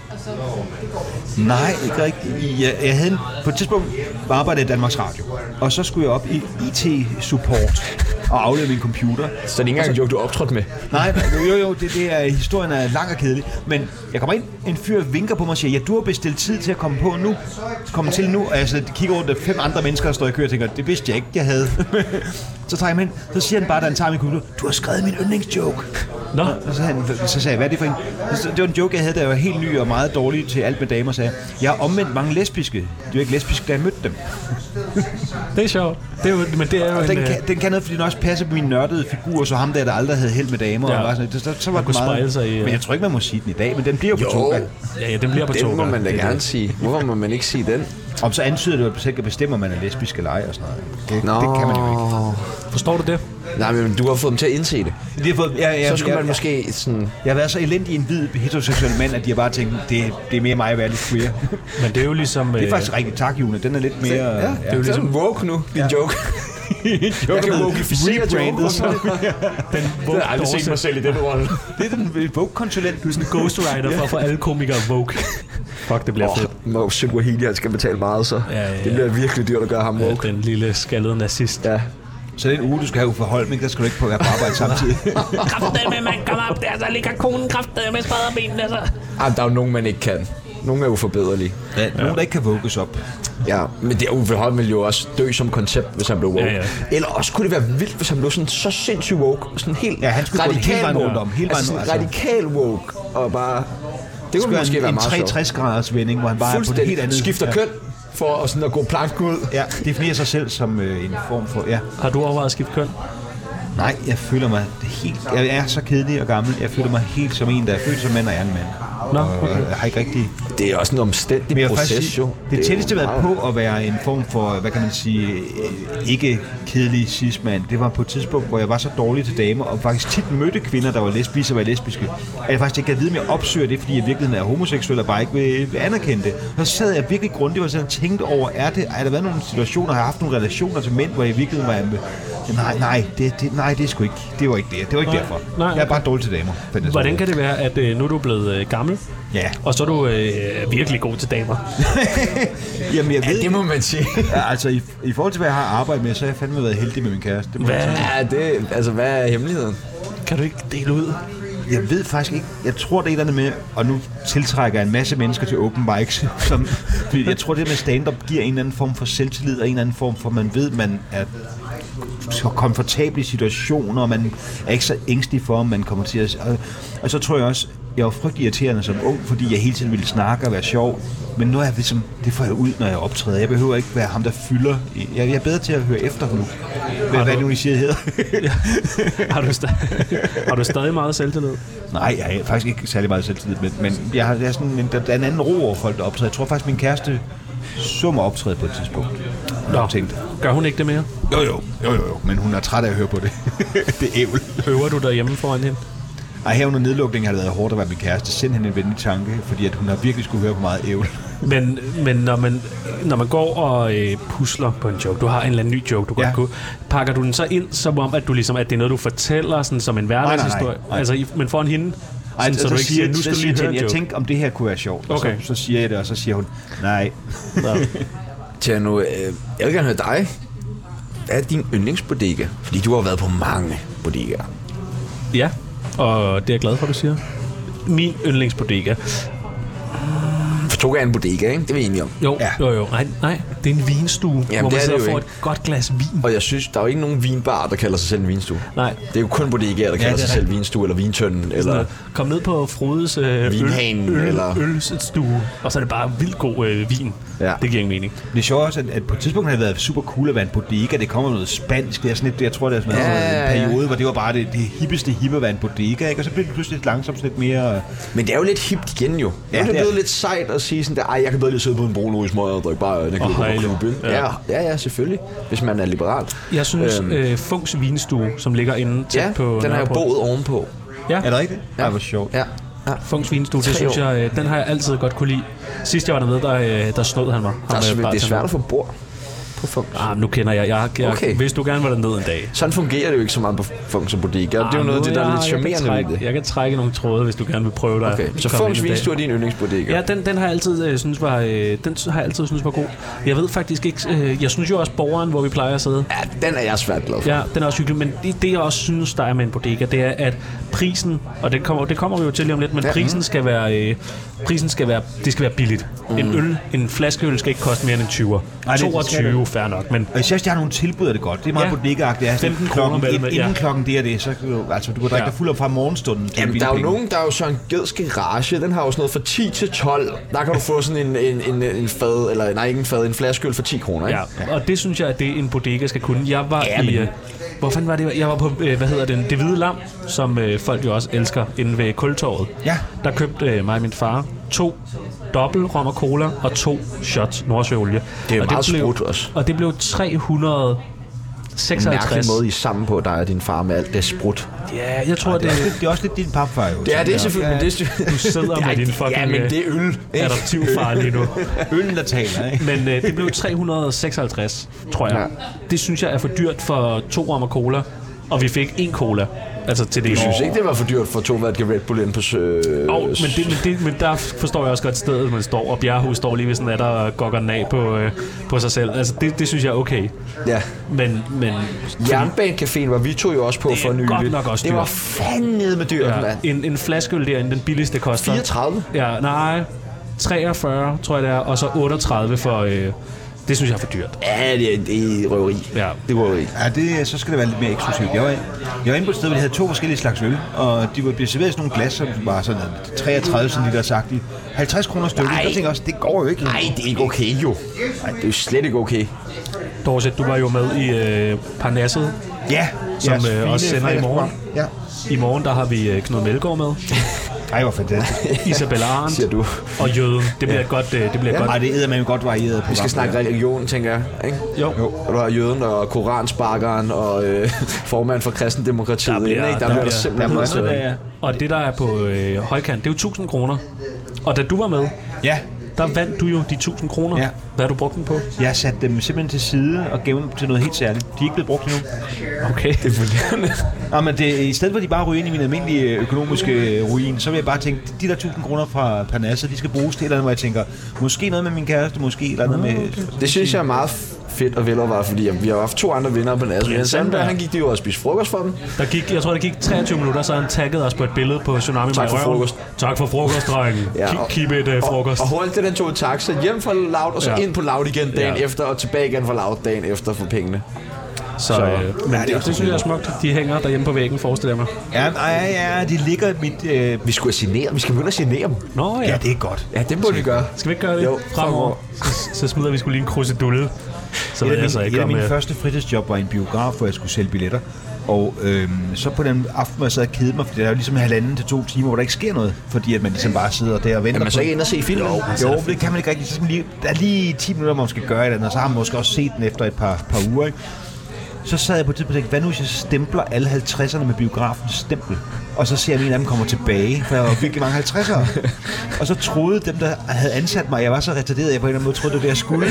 Speaker 3: Nej, ikke rigtigt. Jeg havde på et tidspunkt arbejdet i Danmarks Radio, og så skulle jeg op i IT-support og aflevere min computer.
Speaker 1: Så det er ikke engang en joke, du optrådte med?
Speaker 3: Nej, jo, det er, historien er lang og kedelig, men jeg kommer ind, en fyr vinker på mig og siger, ja, du har bestilt tid til at komme på nu, komme til nu, og jeg kigger over, der 5 andre mennesker, der står i kø og tænker, det vidste jeg ikke, jeg havde. Så tager jeg ham hen, så siger han bare, da han tager min computer, du har skrevet min yndlingsjoke.
Speaker 2: Nå.
Speaker 3: Så sagde jeg, hvad er det for en? Det var en joke, jeg havde, der var helt ny og meget dårlig til alt med damer, sagde jeg har omvendt mange lesbiske. De er ikke lesbiske, da jeg mødte dem.
Speaker 2: Det er sjovt. Men det er jo
Speaker 3: den kan noget, fordi den også passer på mine nørdede figurer, så ham der aldrig havde held med damer.
Speaker 2: Ja.
Speaker 3: Og var sådan, så var det meget...
Speaker 2: Sig i,
Speaker 3: Men jeg tror ikke, man må sige den i dag, men den bliver jo på Toga.
Speaker 2: Ja, den bliver på Toga.
Speaker 1: Den må man da gerne sige. Hvorfor må man ikke sige den?
Speaker 3: Om så antyder det, at du selv kan bestemme, om man er lesbisk eller ej og sådan noget. Det kan man jo ikke.
Speaker 2: Forstår du det?
Speaker 1: Nej, men du har fået dem til at indse det. Så skulle man måske sådan...
Speaker 3: Jeg har været så elendig en hvid heteroseksuel mand, at de har bare tænkt, det er mere mig at være lidt queer.
Speaker 2: Men det er jo ligesom...
Speaker 3: Det er faktisk rigtig tak, June. Den er lidt mere...
Speaker 1: Ja, det er jo ligesom woke nu, din joke.
Speaker 3: Jeg kan woke-ificere joke.
Speaker 2: Den
Speaker 1: woke jeg har aldrig set mig selv i den rolle.
Speaker 3: Det er den woke-konsulent.
Speaker 2: Du er sådan en ghostwriter for at få alle komikere woke. Fuck, det bliver fedt.
Speaker 1: Moe Superhidi, han skal betale meget, så det bliver virkelig dyrt at gøre ham woke.
Speaker 2: Den lille skaldede nazist.
Speaker 3: Ja. Så den uge, du skal have Uffe Holm, der skal du ikke være på arbejde samtidig.
Speaker 2: Kraftedeme, man kommer op der, så ligger konen kraftedeme med spader benene, så...
Speaker 1: Der er jo nogen, man ikke kan. Nogle er uforbederlige.
Speaker 3: Ja, nogen, der ikke kan våges op.
Speaker 1: Ja, men det Uffe Holm ville jo også dø som koncept, hvis han blev woke. Ja. Eller også kunne det være vildt, hvis han blev sådan så sindssygt woke. Sådan helt radikal woke. Altså radikal woke. Og bare... Det kunne måske være meget sjovt. En
Speaker 3: 360 graders vending, hvor han bare er på det helt andet...
Speaker 1: skifter køn for sådan at gå plank ud.
Speaker 3: Ja, definerer sig selv som en form for... Ja.
Speaker 2: Har du overvejet at skifte køn?
Speaker 3: Nej, jeg føler mig helt... Jeg er så kedelig og gammel. Jeg føler mig helt som en, der er født som mand og er en mand.
Speaker 2: Nå, okay.
Speaker 3: Jeg har ikke rigtig...
Speaker 1: Det er også en omstændig proces,
Speaker 3: sige, jo. Det tætteste været på at være en form for, hvad kan man sige, ikke kedelig cis-mand. Det var på et tidspunkt, hvor jeg var så dårlig til damer, og faktisk tit mødte kvinder, der var lesbiske, at jeg faktisk ikke kan vide, om jeg opsøger det, fordi jeg virkelig er homoseksuel og bare ikke vil anerkende det. Og så sad jeg virkelig grundigt og sådan tænkte over, er der været nogle situationer, har jeg haft nogle relationer til mænd, hvor jeg virkelig var... Nej, det er sgu ikke. Det var ikke det. Det var ikke derfor. Nej, okay. Jeg er bare dårlig til damer.
Speaker 2: Hvordan kan det være, at nu er du blevet gammel?
Speaker 3: Ja.
Speaker 2: Og så er du virkelig god til damer?
Speaker 3: Jamen, jeg ved
Speaker 1: det må man sige.
Speaker 3: Ja, altså, i forhold til, hvad jeg har arbejdet med, så har jeg fandme været heldig med min kæreste.
Speaker 1: Hvad er hemmeligheden?
Speaker 2: Kan du ikke dele ud?
Speaker 3: Jeg ved faktisk ikke. Jeg tror, det er et eller andet med, og nu tiltrækker jeg en masse mennesker til open mics. Fordi jeg tror, det med stand-up giver en eller anden form for selvtillid, og en eller anden form for, man ved, man er så komfortabel i situationer, og man er ikke så ængstelig for, om man kommer til at... Og så tror jeg også, jeg var frygtelig irriterende som ung, fordi jeg hele tiden ville snakke og være sjov. Men nu er jeg ligesom, det får jeg ud, når jeg optræder. Jeg behøver ikke være ham, der fylder. Jeg er bedre til at høre efter nu. Hvad nu I siger hedder.
Speaker 2: Har du stadig meget selvtillid?
Speaker 3: Nej, jeg har faktisk ikke særlig meget selvtillid, men jeg har sådan der er en anden ro over folk, der optræder. Jeg tror faktisk, min kæreste så mig optræde på et tidspunkt.
Speaker 2: Gør hun ikke det mere?
Speaker 3: Jo, men hun er træt af at høre på det. Det er ævl.
Speaker 2: Øver du derhjemme foran hende?
Speaker 3: Ej, her under nedlukningen har det været hårdt at være min kæreste. Send hende en venlig tanke, fordi at hun har virkelig skulle høre på meget ævl.
Speaker 2: Men når man går og pusler på en joke, du har en eller anden ny joke, du godt kunne, pakker du den så ind, som om, at du ligesom, at det er noget, du fortæller, sådan som en hverdagshistorie? Nej. Altså, men foran hende...
Speaker 3: Sådan, så du ikke siger, nu skal du lige høre en joke. Jeg tænker, om det her kunne være sjovt. Okay. Så siger jeg det, og så siger hun, nej.
Speaker 1: Tjano, jeg vil gerne høre dig. Hvad er din yndlingsbodega? Fordi du har været på mange bodegaer.
Speaker 2: Ja, og det er jeg glad for, du siger. Min yndlingsbodega.
Speaker 1: For Toga er en bodega, ikke? Det er vi enige om.
Speaker 2: Jo. Nej, det er en vinstue, hvor man sidder og får et godt glas vin.
Speaker 1: Og jeg synes, der er jo ikke nogen vinbar, der kalder sig selv en vinstue.
Speaker 2: Nej.
Speaker 1: Det er jo kun bodegaer, der kalder sig selv vinstue eller vintønden. Eller
Speaker 2: kom ned på Frodes ølstue, og så er det bare vildt god vin. Ja. Det giver ingen mening.
Speaker 3: Det er sjovt også, at på et tidspunkt har det været super cool at være en bodega. Det kommer noget spansk. Det er sådan et, jeg tror, det er sådan en periode, hvor det var bare det hippeste hippe at være en bodega, ikke? Og så blev det pludselig lidt langsomt lidt mere...
Speaker 1: Men det er jo lidt hipt igen jo. Ja, det er blevet lidt sejt at sige sådan der, jeg kan bedre lige sidde på en brun i smøger og drikke bare en klubben. Ja, selvfølgelig. Hvis man er liberal.
Speaker 2: Jeg synes, Funks vinstue, som ligger inde tæt på...
Speaker 1: den har jo boet ovenpå.
Speaker 2: Ja.
Speaker 3: Er det rigtigt? Ja, hvor sjovt.
Speaker 1: Ja.
Speaker 2: Funks vinstue, det synes jeg, den har jeg altid godt kunne lide. Sidst jeg var dernede, der snød han mig.
Speaker 1: Det er svært at få bord på Funks.
Speaker 2: Nu kender jeg okay. Hvis du gerne vil dernede en dag.
Speaker 1: Sådan fungerer det jo ikke så meget på Funks og bodega. Det er jo noget af det, der er lidt charmerende ved det.
Speaker 2: Jeg kan trække nogle tråde, hvis du gerne vil prøve dig.
Speaker 1: Okay, så Funks vinstue er din yndlingsbodega?
Speaker 2: Ja, den har jeg altid synes var god. Jeg ved faktisk ikke, jeg synes jo også Borgeren, hvor vi plejer at sidde.
Speaker 1: Ja, den er jeg svært glad for.
Speaker 2: Ja, den er også hyggelig, men det jeg også synes, der er med en bodega, det er, at prisen, og det kommer vi jo til lige om lidt, men prisen skal være, det skal være billigt. En flaskeøl skal ikke koste mere end en 20'er. 22, fair nok. Men
Speaker 3: og især, hvis de har nogle tilbud, er det godt. Det er meget bodega-agtigt.
Speaker 2: 15 kroner mellem,
Speaker 3: inden klokken det er det, så du kan drikke dig fuld op fra morgenstunden.
Speaker 1: Jamen, der er jo nogen, der er jo Søren Geds Garage, den har jo sådan noget fra 10 til 12. Der kan du få sådan en fad, eller nej, ikke en fad, en flaskeøl for 10 kroner, ikke?
Speaker 2: Ja, og det synes jeg, at det en bodega skal kunne. Jeg var hvor fanden var det? Jeg var på, Det Hvide Lam, som folk jo også elsker, inde ved Kultorvet. Ja. Der købte mig og min far 2 dobbelt rom og cola og 2 shots nordsøolie.
Speaker 1: Det er meget sprut også.
Speaker 2: Og det blev 356.
Speaker 1: Mærkelig måde, I sammen på dig og din far med alt det sprut.
Speaker 2: Ja, jeg tror,
Speaker 3: det er også lidt din papfar jo.
Speaker 1: Det er selvfølgelig.
Speaker 2: Du sidder med din fucking
Speaker 1: men det er øl.
Speaker 2: Adoptivfar lige nu.
Speaker 3: Øllen, der taler, ikke?
Speaker 2: Men det blev 356, tror jeg. Ja. Det synes jeg er for dyrt for 2 rom og cola, og vi fik 1 cola. Altså til det.
Speaker 1: Jeg synes ikke, det var for dyrt for 2 vodka Red Bull ind på
Speaker 2: men der forstår jeg også godt stedet, man står, og Bjerghus står lige ved sådan, at der gokker den af på sig selv. Altså det synes jeg er okay. Ja. Men
Speaker 1: Jernbanecaféen var vi to jo også på for nylig.
Speaker 2: Godt nok også dyrt.
Speaker 1: Det var fandme med dyrt, mand.
Speaker 2: En flaskeøl derinde, den billigste koster
Speaker 1: 34.
Speaker 2: Ja, nej. 43, tror jeg det er, og så 38 for det synes jeg er for dyrt.
Speaker 1: Ja, det er røveri.
Speaker 2: Ja.
Speaker 1: Det er røveri.
Speaker 3: Ja, så skal det være lidt mere eksklusivt. Jeg var inde på et sted, hvor de havde 2 forskellige slags øl, og de var blevet serveret sådan nogle glas, som var sådan 33, som de der sagt i 50 kroner stykket. Jeg tænker også, det går jo ikke.
Speaker 1: Nej, det er ikke okay jo. Nej, det er jo slet ikke okay.
Speaker 2: Dorset, du var jo med i Parnasset.
Speaker 3: Ja.
Speaker 2: Som også sender i morgen. Ja. I morgen, der har vi Knud Melgaard med.
Speaker 3: Ej, hvor fantastisk.
Speaker 2: Isabella Arendt.
Speaker 1: Siger du.
Speaker 2: Og Jøden. Det bliver godt.
Speaker 3: Ej, det æder man jo godt varieret på.
Speaker 1: Vi skal snakke religion, tænker jeg, ikke?
Speaker 2: Jo.
Speaker 1: Og du har Jøden og Koransparkeren og formand for Kristendemokratiet. Der bliver simpelthen noget.
Speaker 2: Og det, der er på højkant, det er jo 1000 kroner. Og da du var med, der vandt du jo de 1000 kroner. Ja. Hvad har du brugt dem på?
Speaker 3: Jeg satte dem simpelthen til side og gav dem til noget helt særligt. De er ikke blevet brugt endnu.
Speaker 2: Okay. Det er forlærende.
Speaker 3: Nå, men i stedet for at de bare ryger ind i min almindelige økonomiske ruin, så vil jeg bare tænke, de der 1000 kroner fra Parnasset, de skal bruges til et eller andet, hvor jeg tænker, måske noget med min kæreste, måske et eller andet med...
Speaker 1: Det synes jeg er meget fedt og velovervejet, fordi vi har haft 2 andre vinder på Parnasset. Men Sandberg, han gik jo og spiste frokost for dem.
Speaker 2: Jeg tror, der gik 23 minutter, så han taggede os på et billede på Tsunami.
Speaker 1: Tak for frokost.
Speaker 2: Tak for frokost, drengen. Keep it frokost.
Speaker 1: Og holdt det, den tog taxa hjem fra Loud, og så ind på Loud igen dagen efter, og tilbage igen fra Loud dagen efter for pengene.
Speaker 2: Men det synes jeg er smukt. De hænger derhjemme på væggen, forestiller jeg mig.
Speaker 3: Ja, de ligger i mit...
Speaker 1: Vi skulle signere. Vi skal begynde at signere dem.
Speaker 3: Nå ja. Ja, det er godt.
Speaker 1: Ja, det burde vi gøre.
Speaker 2: Skal vi ikke gøre det? Jo, fremover. Så smider vi skulle lige en krusedulle. Så ved jeg så ikke
Speaker 3: om... Min første fritidsjob var en biograf, hvor jeg skulle sælge billetter. Og så på den aften, hvor jeg sad og kedede mig, fordi det er jo ligesom 1,5 til 2 timer, hvor der ikke sker noget, fordi at man ligesom bare sidder der og venter.
Speaker 1: Men man så ikke ind og se film?
Speaker 3: Jo, det kan man ikke rigtig. Så der er lige 10 minutter, hvor man skal gøre det, og så har man måske også set den efter et par uger, ikke? Så sad jeg på et tidspunkt og tænkte, hvad nu hvis jeg stempler alle 50'erne med biografens stempel? Og så ser jeg, at en af dem kommer tilbage, for jeg var virkelig mange 50'ere. Og så troede dem, der havde ansat mig, jeg var så retarderet, at jeg på en eller anden måde troede, det var det, jeg skulle.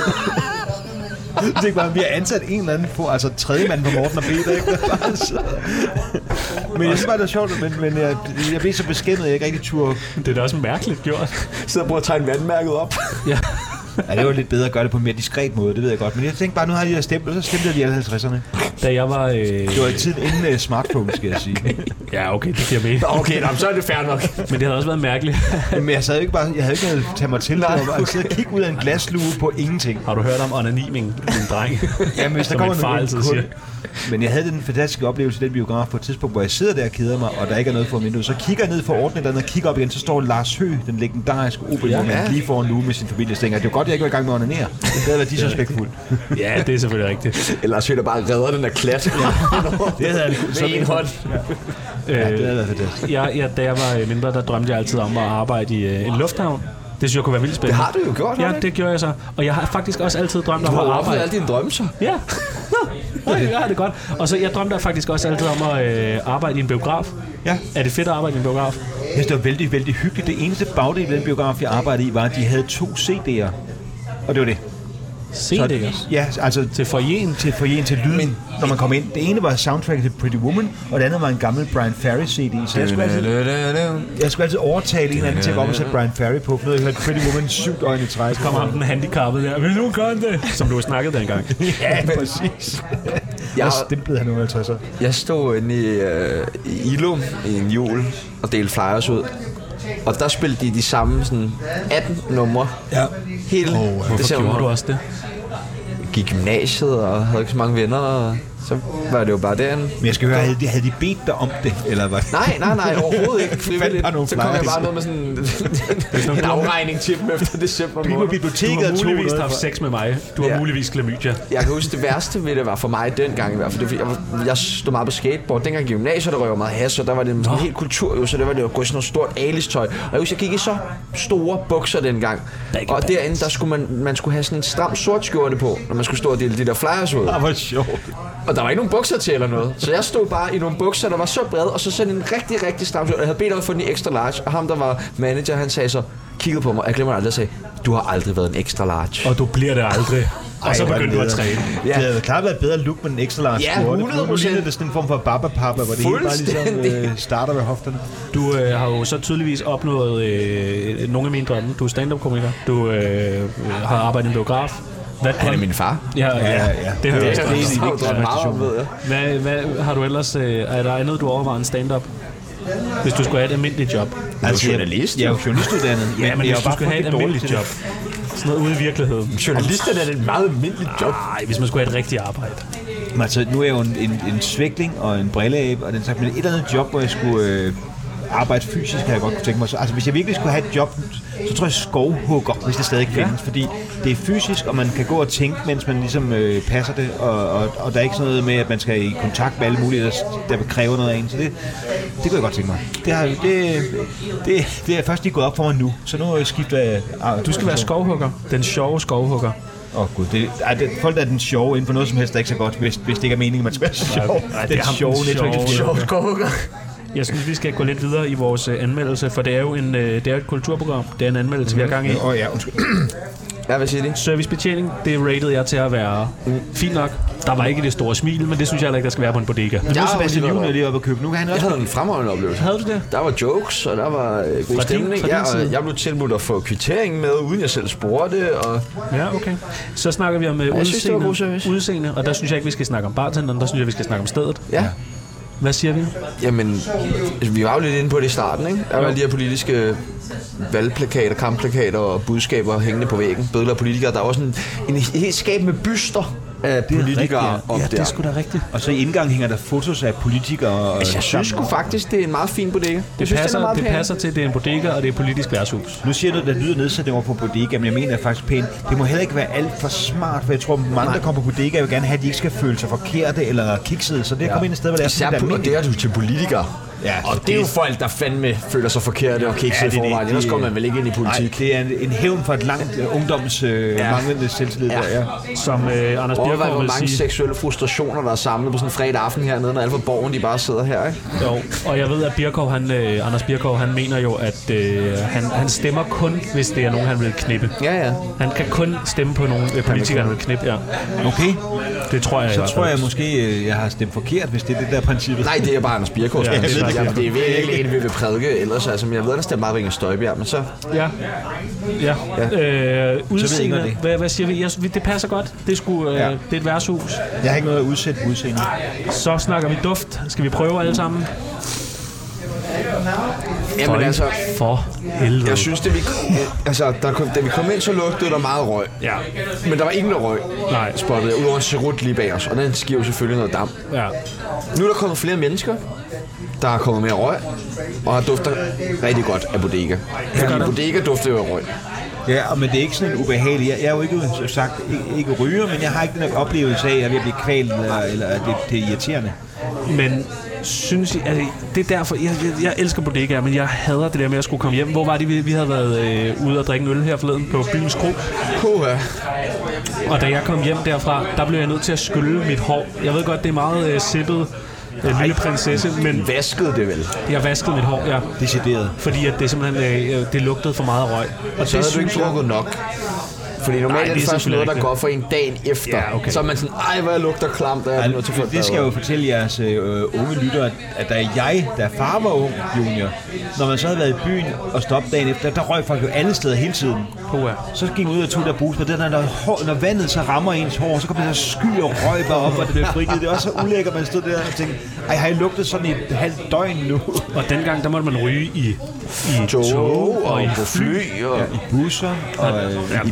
Speaker 3: Jeg tænkte bare, vi har ansat en eller anden på, altså tredje mand på Morten og Peter, ikke? Men jeg synes bare, det er sjovt, men jeg blev så beskæmmet, at jeg ikke rigtig turde.
Speaker 2: Det er da også mærkeligt gjort.
Speaker 1: Så jeg prøver at tegne vandmærket op.
Speaker 2: Ja.
Speaker 3: Ja, det var lidt bedre at gøre det på en mere diskret måde, det ved jeg godt. Men jeg tænkte bare, nu har de der stempel, og så stemte jeg de alle 50'erne.
Speaker 2: Da jeg var...
Speaker 3: Det var i tiden inden smartphone, skal jeg sige.
Speaker 2: Ja, okay, det giver mening.
Speaker 1: Okay, så er det fair nok.
Speaker 2: Men det havde også været mærkeligt.
Speaker 3: Men jeg havde ikke noget at tage mig til. Jeg var sidde og kigge ud af en glaslue på ingenting.
Speaker 2: Har du hørt om onaniming, min dreng?
Speaker 3: Jamen, hvis der kommer noget. Men jeg havde den fantastiske oplevelse i den biograf på et tidspunkt, hvor jeg sidder der og keder mig, og der ikke er noget for vinduet. Så kigger jeg ned for ordningen, og kigger op igen, så står Lars Høgh, den legendariske opera, lige foran nu med sin familie. Så tænker, det er godt, jeg ikke var i gang med at onanere. Det havde været disrespektfuldt.
Speaker 2: Ja, det er selvfølgelig rigtigt.
Speaker 1: Eller Lars Høgh, der bare redder den der klat.
Speaker 3: Det havde han
Speaker 1: med en hånd.
Speaker 3: Ja, det havde været fantastisk.
Speaker 2: Da jeg var mindre, der drømte jeg altid om at arbejde i en lufthavn. Det synes jeg kunne være vildt spændende.
Speaker 1: Det har du jo gjort,
Speaker 2: ja, det gjorde jeg så. Og jeg har faktisk også altid drømt om at arbejde.
Speaker 1: Du har alle dine drømme så.
Speaker 2: Ja. Jeg har det godt. Og så jeg drømte faktisk også altid om at arbejde i en biograf. Ja. Er det fedt at arbejde i en biograf?
Speaker 3: Ja, det var vældig, vældig hyggeligt. Det eneste bagdel ved den biograf, jeg arbejdede i, var, at de havde 2 CD'er. Og det var det.
Speaker 2: CD'er?
Speaker 3: Ja, altså
Speaker 2: til foyeren?
Speaker 3: Til foyeren, til lyden, når man kom ind. Det ene var soundtracket til Pretty Woman, og det andet var en gammel Brian Ferry CD. Så jeg skulle altid overtale en eller anden til at gå op og sætte Brian Ferry på, for nu havde jeg hørt Pretty Woman 7 døgn i træk.
Speaker 2: Så kommer ham den handicappede der. Vil du gøre det? Som du har snakket dengang.
Speaker 3: Ja, præcis. Jeg stemplede han over 50'er.
Speaker 1: Jeg stod inde i Ilum i en jul og delte flyers ud. Og der spillede de samme sådan 18 numre.
Speaker 3: Ja.
Speaker 1: Hele
Speaker 2: hvorfor gjorde du også det?
Speaker 1: gik gymnasiet og havde ikke så mange venner, og så var det jo bare derinde.
Speaker 3: Men jeg skal høre, havde de bedt dig om det, eller hvad?
Speaker 1: Nej, overhovedet ikke. Frivilligt. Så kom jeg bare ned med sådan en afregning til dem efter december måned.
Speaker 3: Biblioteket
Speaker 2: du har muligvis haft sex med mig. Du har muligvis klamydia.
Speaker 1: Jeg kan huske, det værste ved det var for mig dengang i hvert fald. Jeg stod meget på skateboard. Dengang i gymnasiet, der røg jeg meget hash, og der var det en helt kultur, jo, så det var det at gå i sådan noget stort Alice-tøj. Og jeg husker, jeg gik i så store bukser dengang. Og derinde, der skulle man skulle have sådan en stram sort skjorte på, når man skulle stå og dele de der flyers ud.
Speaker 3: Det var sjovt.
Speaker 1: Og der var ikke nogen bukser til eller noget. Så jeg stod bare i nogle bukser, der var så brede, og så sådan en rigtig stram skjorte. Jeg havde bedt om at få den i extra large, og ham, der var manager, han sagde så, kiggede på mig, jeg glemmer aldrig at sige, du har aldrig været en extra large.
Speaker 2: Og du bliver det aldrig. Og så begyndte du at træne.
Speaker 3: Ja. Det havde klart været bedre look med en extra large skjorte.
Speaker 1: Ja, 100%.
Speaker 3: Nu ligner det sådan en form for baba-papa, hvor det hele bare ligesom starter ved hofterne.
Speaker 2: Du har jo så tydeligvis opnået nogle af mine drømme. Du er stand-up-komiker. Du har arbejdet i en biograf.
Speaker 1: Han er min far.
Speaker 2: Ja. Det hører jeg. Hvad har du ellers... Er der andet, du overvejer en stand-up? Hvis du skulle have et almindeligt job.
Speaker 1: Altså, journalist.
Speaker 3: Jeg er jo journalistuddannet.
Speaker 2: Ja, men hvis du skulle have et almindeligt job. Sådan noget ude i virkeligheden.
Speaker 1: Journalisten er et meget almindeligt job.
Speaker 2: Nej, hvis man skulle have et rigtigt arbejde.
Speaker 3: Men altså, nu er jeg jo en svækling og en brilleabe, og den sagt, men et eller andet job, hvor jeg skulle arbejde fysisk, kan jeg godt kunne tænke mig. Så, altså, hvis jeg virkelig skulle have et job, så tror jeg skovhugger, hvis det stadig findes, fordi det er fysisk, og man kan gå og tænke, mens man ligesom passer det, og der er ikke sådan noget med, at man skal i kontakt med alle mulige, der kræver noget af en, så det kunne jeg godt tænke mig. Det er først lige gået op for mig nu, så nu skifter jeg...
Speaker 2: Du skal være skovhugger. Den sjove skovhugger.
Speaker 3: Gud, folk er den sjove inden for noget som helst, der er ikke så godt, hvis det ikke er meningen, man skal være sjov.
Speaker 2: Det er sjove
Speaker 1: skovhugger.
Speaker 2: Jeg synes, vi skal gå lidt videre i vores anmeldelse, for det er jo et kulturprogram. Det er en anmeldelse, vi har gang i.
Speaker 3: Ja, undskyld.
Speaker 1: Ja, hvad siger de?
Speaker 2: Servicebetjening, det rated jeg til at være fint nok. Der var ikke det store smil, men det synes jeg heller ikke, der skal være på en bodega.
Speaker 3: Men nu er Sebastian Juhl lige oppe at købe.
Speaker 1: Jeg havde en fremragende oplevelse.
Speaker 2: Havde du det?
Speaker 1: Der var jokes, og der var god stemning. Og jeg blev tilbudt at få kvittering med, uden jeg selv spurgte. Og...
Speaker 2: Ja, okay. Så snakker vi om udseende, og der synes jeg ikke, vi skal snakke om bartenderen. Der synes jeg, vi skal snakke om stedet.
Speaker 1: Ja.
Speaker 2: Hvad siger vi?
Speaker 1: Jamen, vi var jo lidt inde på det i starten, ikke? Der var alle de her politiske valgplakater, kampplakater og budskaber hængende på væggen. Bødler og politikere. Der var også en helt skab med byster af politikere op der.
Speaker 2: Det er sgu da rigtigt.
Speaker 3: Og så i indgang hænger der fotos af politikere.
Speaker 1: Altså, jeg synes sgu faktisk, det er en meget fin bodega.
Speaker 2: Det passer til, det er en bodega, og det er et politisk værtshus.
Speaker 3: Nu siger du, at der lyder nedsat over på bodega, men jeg mener faktisk pænt. Det må heller ikke være alt for smart, for jeg tror, mange, der kommer på bodega, vil gerne have, at de ikke skal føle sig forkerte eller kiksede. Så det kommer ind et sted, hvor det er sådan,
Speaker 1: der det er du til politikere. Ja, og det er jo folk, der fandme føler sig forkerte og kiksede i forvejen. Ellers kommer man vel ikke ind i politik.
Speaker 3: Det er en hævn for et langt ungdoms manglende selvtillid.
Speaker 2: Som Anders Birkow vil sige.
Speaker 1: Hvor mange seksuelle frustrationer, der er samlet på sådan en fredag aften hernede, når alle fra borgen, de bare sidder her, ikke?
Speaker 2: Jo, og jeg ved, at Anders Birkow, han mener jo, at han stemmer kun, hvis det er nogen, han vil knippe.
Speaker 1: Ja.
Speaker 2: Han kan kun stemme på nogle politikere, han vil knippe, ja.
Speaker 3: Okay.
Speaker 2: Det tror jeg.
Speaker 3: Så tror jeg måske, jeg har stemt forkert, hvis det er det der princippet.
Speaker 1: Nej, det er bare Anders Birkow. Ja, det er virkelig en, vi vil prædike ellers. Altså, jeg ved, der stemmer meget Inger Støjberg, men så...
Speaker 2: Ja. Udseende. Hvad siger vi? Det passer godt. Det er sgu, det er et værtshus.
Speaker 3: Jeg har ikke noget at udsætte på udseende.
Speaker 2: Så snakker vi duft. Skal vi prøve alle sammen?
Speaker 1: Jamen altså...
Speaker 2: For helvede.
Speaker 1: Jeg synes, da vi kom ind, så lugtede der meget røg.
Speaker 2: Ja.
Speaker 1: Men der var ingen røg.
Speaker 2: Nej.
Speaker 1: Spottede jeg, udover en cerut lige bag os. Og den giver jo selvfølgelig noget damp.
Speaker 2: Ja.
Speaker 1: Nu er der kommet flere mennesker. Der er kommet mere røg. Og der dufter rigtig godt af bodega. Fordi bodega dufter jo af røg.
Speaker 3: Ja, men det er ikke sådan en ubehagelig. Jeg er jo ikke sagt ikke ryger, men jeg har ikke den oplevelse af, at jeg bliver kvalt eller at det er irriterende.
Speaker 2: Men synes I, altså, det er derfor, jeg elsker bodegaer, men jeg hader det der med at skulle komme hjem. Hvor var det, vi havde været ude og drikke en øl her forleden på byens kro? Og da jeg kom hjem derfra, der blev jeg nødt til at skylle mit hår. Jeg ved godt, det er meget sippet. Lille prinsesse, men...
Speaker 1: Vaskede det vel?
Speaker 2: Jeg vaskede mit hår, ja.
Speaker 3: Decideret.
Speaker 2: Fordi at det simpelthen det lugtede for meget røg.
Speaker 1: Og så havde du ikke drukket nok? Fordi normalt er det først noget, der går for en dag efter. Ja, okay. Så er man sådan, hvor jeg lugter klamt.
Speaker 3: Det skal jeg jo fortælle jeres unge lyttere, at da der far var ung junior, når man så havde været i byen og stoppet dagen efter, der røg folk jo alle steder hele tiden. Så gik man ud og tog der brus, og når vandet så rammer ens hår, så kommer der sky og røg bare op, og det bliver frigivet. Det er også så ulækkert, man stod der og tænkte, har jeg lugtet sådan et halvt døgn nu?
Speaker 2: Og dengang, der måtte man ryge i
Speaker 1: tog og i fly og
Speaker 3: i busser og i biler.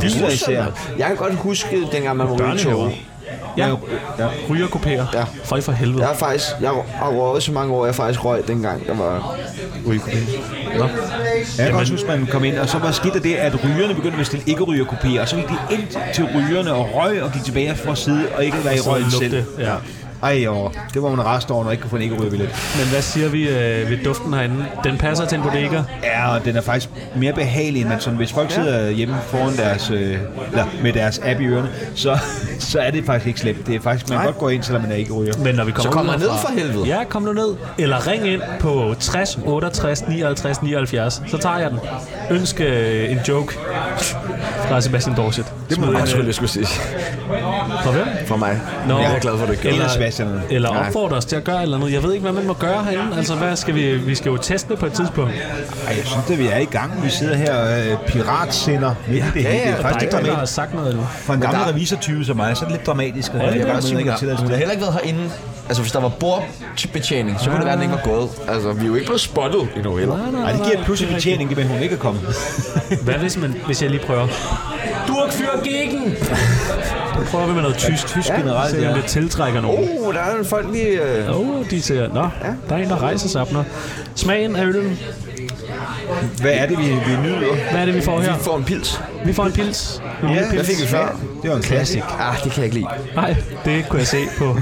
Speaker 3: især.
Speaker 1: Jeg kan godt huske, dengang man var i tog.
Speaker 2: Ja. Rygerkopéer. Ja. For helvede.
Speaker 1: Jeg har røget så mange år, jeg faktisk røg dengang, der var rygerkopéer.
Speaker 3: Nå. Jeg kan også huske, man kom ind, og så var skidt det, at rygerne begyndte at stille ikke rygerkopéer, og så gik de ind til rygerne og røg, og gik tilbage fra side, og ikke være i røgen selv. Ja. Ej, det var man rest over, når ikke kunne få en ikke-rygerbillet.
Speaker 2: Men hvad siger vi ved duften herinde? Den passer til en bodega?
Speaker 3: Ja, og den er faktisk mere behagelig, end man sådan, hvis folk sidder hjemme foran deres, med deres app i ørerne, så er det faktisk ikke slemt. Det er faktisk, man kan godt gå ind, selvom man er ikke ryger.
Speaker 2: Men når vi kommer
Speaker 1: så kommer ned for helvede.
Speaker 2: Ja, kom nu ned. Eller ring ind på 60 68 59 79. Så tager jeg den. Ønsk en joke fra Sebastian Dorset.
Speaker 1: Det må jeg skulle sige.
Speaker 2: Fra hvem?
Speaker 1: Fra mig. Nå, jeg er glad for, at du ikke
Speaker 2: eller opfordre os til at gøre eller noget. Jeg ved ikke, hvad man må gøre herinde. Altså, hvad skal vi skal jo teste det på et tidspunkt.
Speaker 3: Ej, jeg synes, at vi er i gang. Vi sidder her piratsender.
Speaker 2: Ja, det er faktisk ikke, der har sagt noget endnu.
Speaker 3: For en gammel revisortyve som mig, så er det lidt dramatisk.
Speaker 1: Ja, det er også ikke. Du har heller ikke været herinde. Altså, hvis der var bordbetjening, så kunne det være, at den ikke var gået. Altså, vi er jo ikke blevet spottet endnu heller.
Speaker 3: Nej, det giver pludselig betjening, det vil hun ikke komme.
Speaker 2: Hvad hvis jeg lige prøver? Durkfyr gegen! Nu prøver vi med noget tysk generelt. Ja. Det tiltrækker nogen.
Speaker 1: Der er folk lige...
Speaker 2: de siger, der er en, der rejser sig op. Smagen af øllen.
Speaker 3: Hvad er det, vi nyder?
Speaker 2: Hvad er det, vi får her?
Speaker 1: Vi får en pils.
Speaker 2: Vi får en pils.
Speaker 1: Hvad fik vi før?
Speaker 3: Det var en classic.
Speaker 1: Det kan jeg ikke lide.
Speaker 2: Nej, det kunne jeg se på...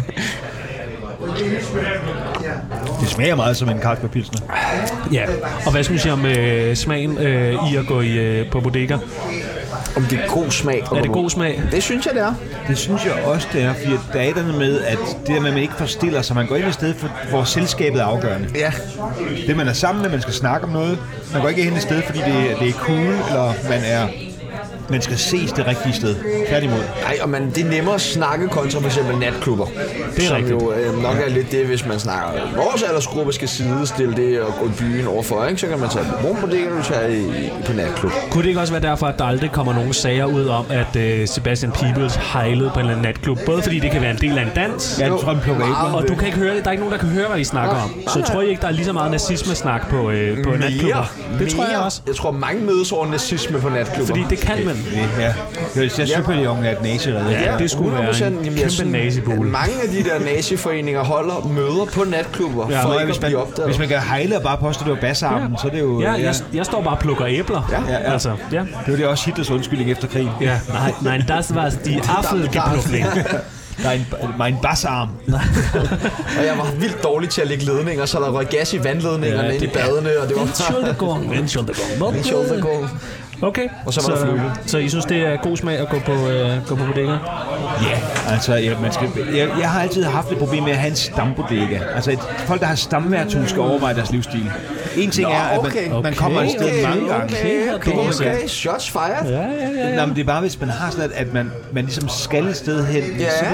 Speaker 3: Det smager meget som en Carlsberg-pilsner.
Speaker 2: Ja, og hvad synes jeg om smagen i at gå på bodega?
Speaker 1: Om det er god smag.
Speaker 2: Er det god smag?
Speaker 1: Det synes jeg, det er.
Speaker 3: Det synes jeg også, det er. Fordi der er det med, at det der med, at man ikke forstiller sig. Man går ind i stedet for, hvor selskabet er afgørende.
Speaker 1: Ja.
Speaker 3: Det, man er sammen med, man skal snakke om noget. Man går ikke hen i stedet, fordi det er cool, eller man skal ses det rigtige sted. Tværtimod.
Speaker 1: Nej, og det er nemmere at snakke kontra for eksempel natklubber.
Speaker 2: Det er
Speaker 1: som
Speaker 2: rigtigt.
Speaker 1: jo nok er lidt det, hvis man snakker. Vores aldersgruppe skal sidestille det og gå i byen overfor, ikke? Så kan man tage på det, kan du tage på natklub.
Speaker 2: Kunne det ikke også være derfor, at der aldrig kommer nogen sager ud om, at Sebastian Peebles hejlede på en eller anden natklub? Både fordi det kan være en del af en dans,
Speaker 3: ja, tror,
Speaker 2: og du kan ikke høre det. Der er ikke nogen, der kan høre, hvad I snakker om. Så tror jeg ikke, der er lige så meget nazisme-snak på natklubber. Det tror jeg også.
Speaker 1: Jeg tror, mange mødes over nazisme på natklubber.
Speaker 2: Fordi det kan man.
Speaker 3: Ja. Jeg synes selvfølgelig, at er et nazi-redder.
Speaker 2: Ja, det skulle være en kæmpe nazibole.
Speaker 1: Mange af de der naziforeninger holder møder på natklubber, for ikke at blive opdaget.
Speaker 3: Hvis man kan hejle og bare påstå, det var bassarmen, så er det jo...
Speaker 2: Ja, jeg står bare og plukker æbler.
Speaker 3: Ja. Altså, ja. Det var det også Hitlers undskyldning efter krigen.
Speaker 2: Ja, nej, das war die Apfelgeplukning.
Speaker 3: Der er en bassarm.
Speaker 1: Og jeg var vildt dårlig til at lægge ledninger, så der røg gas i vandledningerne ind i badene, og det var...
Speaker 2: Entschuldigung. Okay,
Speaker 1: og så var der flyve.
Speaker 2: Så I synes, det er god smag at gå på bodega?
Speaker 3: Ja, altså jeg har altid haft et problem med at have en stambodega. Altså folk, der har stamværtshus, skal overveje deres livsstil. En ting er, at man kommer et sted mange gange.
Speaker 1: Okay, shots fired.
Speaker 2: Ja.
Speaker 3: Nå, men det er bare, hvis man har sådan, at man ligesom skal et sted hen.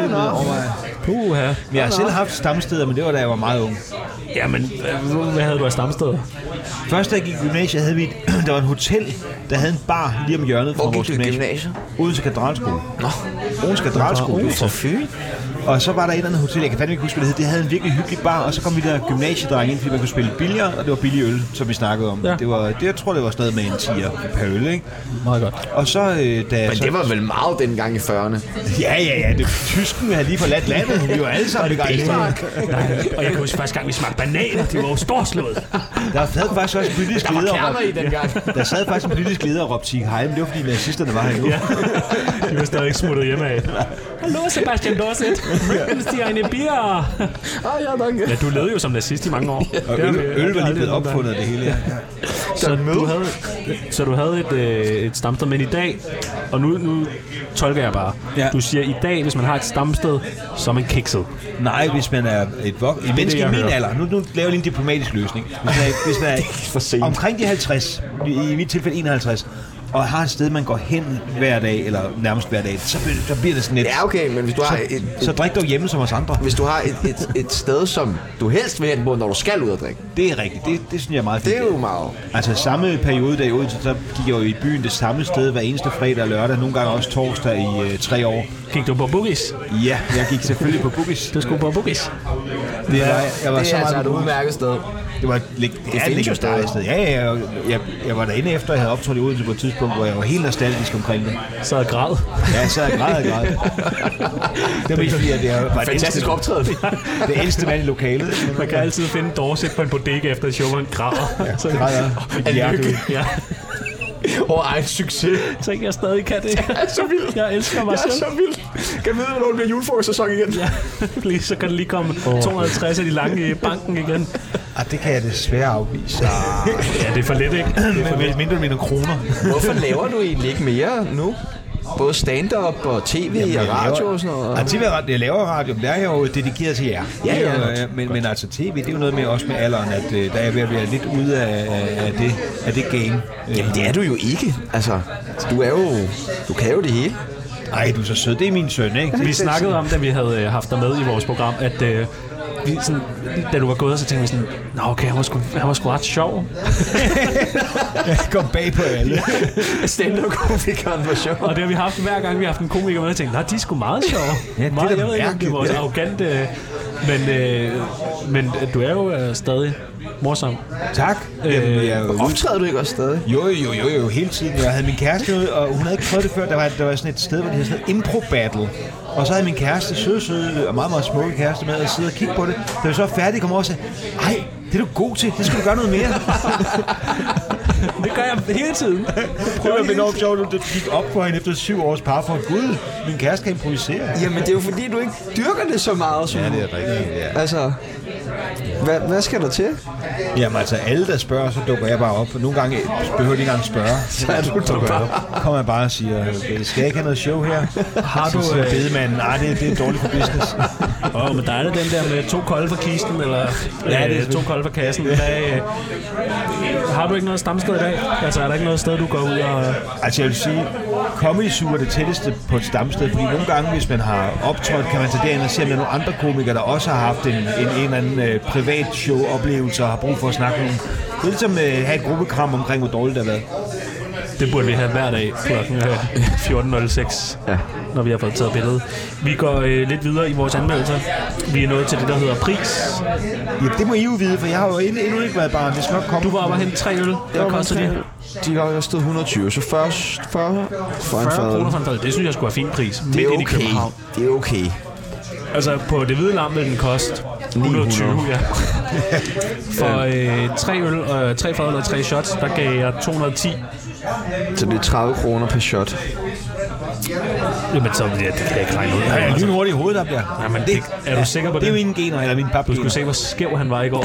Speaker 2: Puha.
Speaker 3: Jeg har selv haft stamsteder, men det var da jeg var meget ung.
Speaker 2: Jamen, hvad havde du af stamsteder?
Speaker 3: Først da jeg gik i gymnasiet, havde vi der var en hotel, der havde en bar lige om hjørnet fra vores gymnasium. Odense Katedralskole. Odense Katedralskole.
Speaker 1: Så fint.
Speaker 3: Og så var der et eller andet hotel, jeg kan fandme ikke huske, hvad det hed. Det havde en virkelig hyggelig bar, og så kom vi der gymnasiedrenge ind, fordi man kunne spille billard, og det var billig øl, som vi snakkede om. Ja. Jeg tror, det var sådan noget med en 10'er per øl, ikke?
Speaker 2: Meget godt.
Speaker 3: Og så,
Speaker 1: men det var vel meget dengang i 40'erne?
Speaker 3: Ja. Tysken havde lige forladt landet. Vi var alle sammen begejstrede.
Speaker 2: Og jeg kan huske første gang, vi smagte bananer. De var jo storslået.
Speaker 3: Der sad faktisk også en politisk leder.
Speaker 1: Der
Speaker 3: sad faktisk en politisk leder og råbte Sieg Heil, men det var fordi nazisterne var herinde.
Speaker 2: Ja. De var stadig ikke smuttet hjemme af. Hallo Sebastian Dorset. Bringen Sie eine Bier?
Speaker 1: Ja, danke.
Speaker 2: Ja, du levede jo som nazist i mange år.
Speaker 3: Og øl var lige blevet opfundet det hele, ja.
Speaker 2: Så du havde et stamsted, men i dag, og nu tolker jeg bare, du siger i dag, hvis man har et stamsted, så er man kikset.
Speaker 3: Nej, hvis man er et menneske i min alder. Nu laver jeg lige en diplomatisk løsning. Hvis man er omkring de 50, i mit tilfælde 51, og har et sted, man går hen hver dag, eller nærmest hver dag, så bliver det sådan lidt...
Speaker 1: Ja, okay, men hvis du har
Speaker 3: så drik dog hjemme som os andre.
Speaker 1: Hvis du har et sted, som du helst vil hen på, når du skal ud og drikke.
Speaker 3: Det er rigtigt. Det synes jeg er meget fint.
Speaker 1: Det er jo meget.
Speaker 3: Altså samme periode derude, så gik jeg jo i byen det samme sted hver eneste fredag og lørdag, nogle gange også torsdag i 3 år.
Speaker 2: Gik du på Boogies?
Speaker 3: Ja, jeg gik selvfølgelig på Boogies.
Speaker 2: Du skulle på Boogies?
Speaker 3: Jeg var
Speaker 1: det
Speaker 3: så
Speaker 1: er
Speaker 3: meget
Speaker 1: altså et udmærket sted.
Speaker 3: Det var det findes jo stadig sted. Ja, jeg var derinde efter, jeg havde optrådt i Odense på et tidspunkt, hvor jeg var helt nostalgisk omkring det.
Speaker 2: Så er græd.
Speaker 3: Ja, så er jeg græd. Det var mest fordi, at det var
Speaker 1: fantastisk optræden.
Speaker 3: Det ældste mand i lokalet.
Speaker 2: Man kan altid finde Dorset på en bodega efter et show, hvor han græder.
Speaker 3: Ja, så græder jeg.
Speaker 2: Ja.
Speaker 1: Over egen succes.
Speaker 2: Tænk, jeg stadig kan det.
Speaker 1: Det er så vildt.
Speaker 2: Jeg elsker mig selv.
Speaker 1: Det er så vildt. Kan jeg vide, hvornår det bliver julefrokostsæson igen?
Speaker 2: Ja, please, så kan det lige komme 250 af de lange i banken igen.
Speaker 3: Det kan jeg desværre afvise.
Speaker 2: Ja, det er for lidt, ikke? Det er for lidt.
Speaker 3: Mindre med nogle kroner.
Speaker 1: Hvorfor laver du egentlig ikke mere nu? Både stand-up og tv og radio og sådan noget?
Speaker 3: Jeg laver radio, men der er jeg jo dedikeret til jer.
Speaker 1: Ja.
Speaker 3: Men altså tv, det er jo noget med også med alderen, at der er ved at være lidt ude af det game.
Speaker 1: Jamen det er du jo ikke. Altså, du kan jo det hele.
Speaker 3: Ej, du er så sød. Det er min søn, ikke?
Speaker 2: Vi snakkede om, da vi havde haft dig med i vores program, at vi sådan, da du var gået, så tænkte vi sådan, nå okay, han var sgu ret sjov.
Speaker 3: Jeg kom bag på alle.
Speaker 1: Stand-up-komikeren var sjov.
Speaker 2: Og det har vi haft hver gang, vi har haft en komiker med, og tænkte, de er sgu meget sjove.
Speaker 3: Ja, det
Speaker 2: meget, jeg ved ikke, om det er vores arrogante, men du er jo stadig morsom.
Speaker 3: Tak.
Speaker 1: Optræder du ikke også stadig?
Speaker 3: Jo, hele tiden. Jeg havde min kæreste ud, og hun havde ikke prøvet det før. Der var sådan et sted, hvor de havde sådan et impro-battle. Og så havde min kæreste, søde og meget, meget smukke kæreste med at sidde og kigge på det. Da vi så var færdige, kom over og sagde, ej, det er du god til. Det skal du gøre noget mere.
Speaker 2: Det gør jeg hele tiden.
Speaker 3: Det var enormt sjovt, at du gik op for hende efter 7 års parforhold. Gud, min kæreste kan improvisere.
Speaker 1: Jamen, det er jo fordi, du ikke dyrker det så meget. Som
Speaker 3: Ja, det er rigtigt. Ja.
Speaker 1: Altså, hvad skal der til?
Speaker 3: Jamen altså, alle der spørger, så dukker jeg bare op. For nogle gange behøver de ikke engang spørge.
Speaker 1: Så er du bare.
Speaker 3: Kommer jeg bare og siger, skal jeg ikke have noget show her? Har du bedemanden? Nej, det er dårligt for business.
Speaker 2: Men der er det den der med 2 kolde for kisten, eller det er 2 kolde for kassen. Har du ikke noget stamsted i dag? Altså, er der ikke noget sted, du går ud og...
Speaker 3: Altså, jeg vil sige, Comedy Zoo er det tætteste på et stamsted, fordi nogle gange, hvis man har optrådt, kan man tage derind og se, om der er nogle andre komikere, der også har haft en eller anden privat show-oplevelse og har brug for at snakke med dem. Det er ligesom at have et gruppekram omkring, hvor dårligt det har været.
Speaker 2: Det burde vi have hver dag kl. 14.06, når vi har fået taget billedet. Vi går lidt videre i vores anmeldelser. Vi er nået til det, der hedder pris.
Speaker 3: Ja, det må I jo vide, for jeg har jo endnu ikke været barn. Det skal nok komme.
Speaker 2: Du var oppe og hente 3 øl. Hvad koster de?
Speaker 1: De har jo stået 120, så 40 for en fadøl.
Speaker 2: 40 kroner for en fadøl. Det synes jeg skulle være fin pris.
Speaker 1: Det er okay. Det er okay.
Speaker 2: Altså, på det hvide lam vil den koste 120, ja. For 3 øl, 3 fadøl og 3 shots, der gav jeg 210.
Speaker 1: Så det er 30 kroner per shot.
Speaker 2: Jamen, så det kan jeg ikke regne ud.
Speaker 3: Jeg er lynhurtigt i hovedet, der bliver.
Speaker 2: Jamen, er du sikker på det?
Speaker 3: Det er jo mine gener, eller mine papgener.
Speaker 2: Du skulle se, hvor skæv han var i går.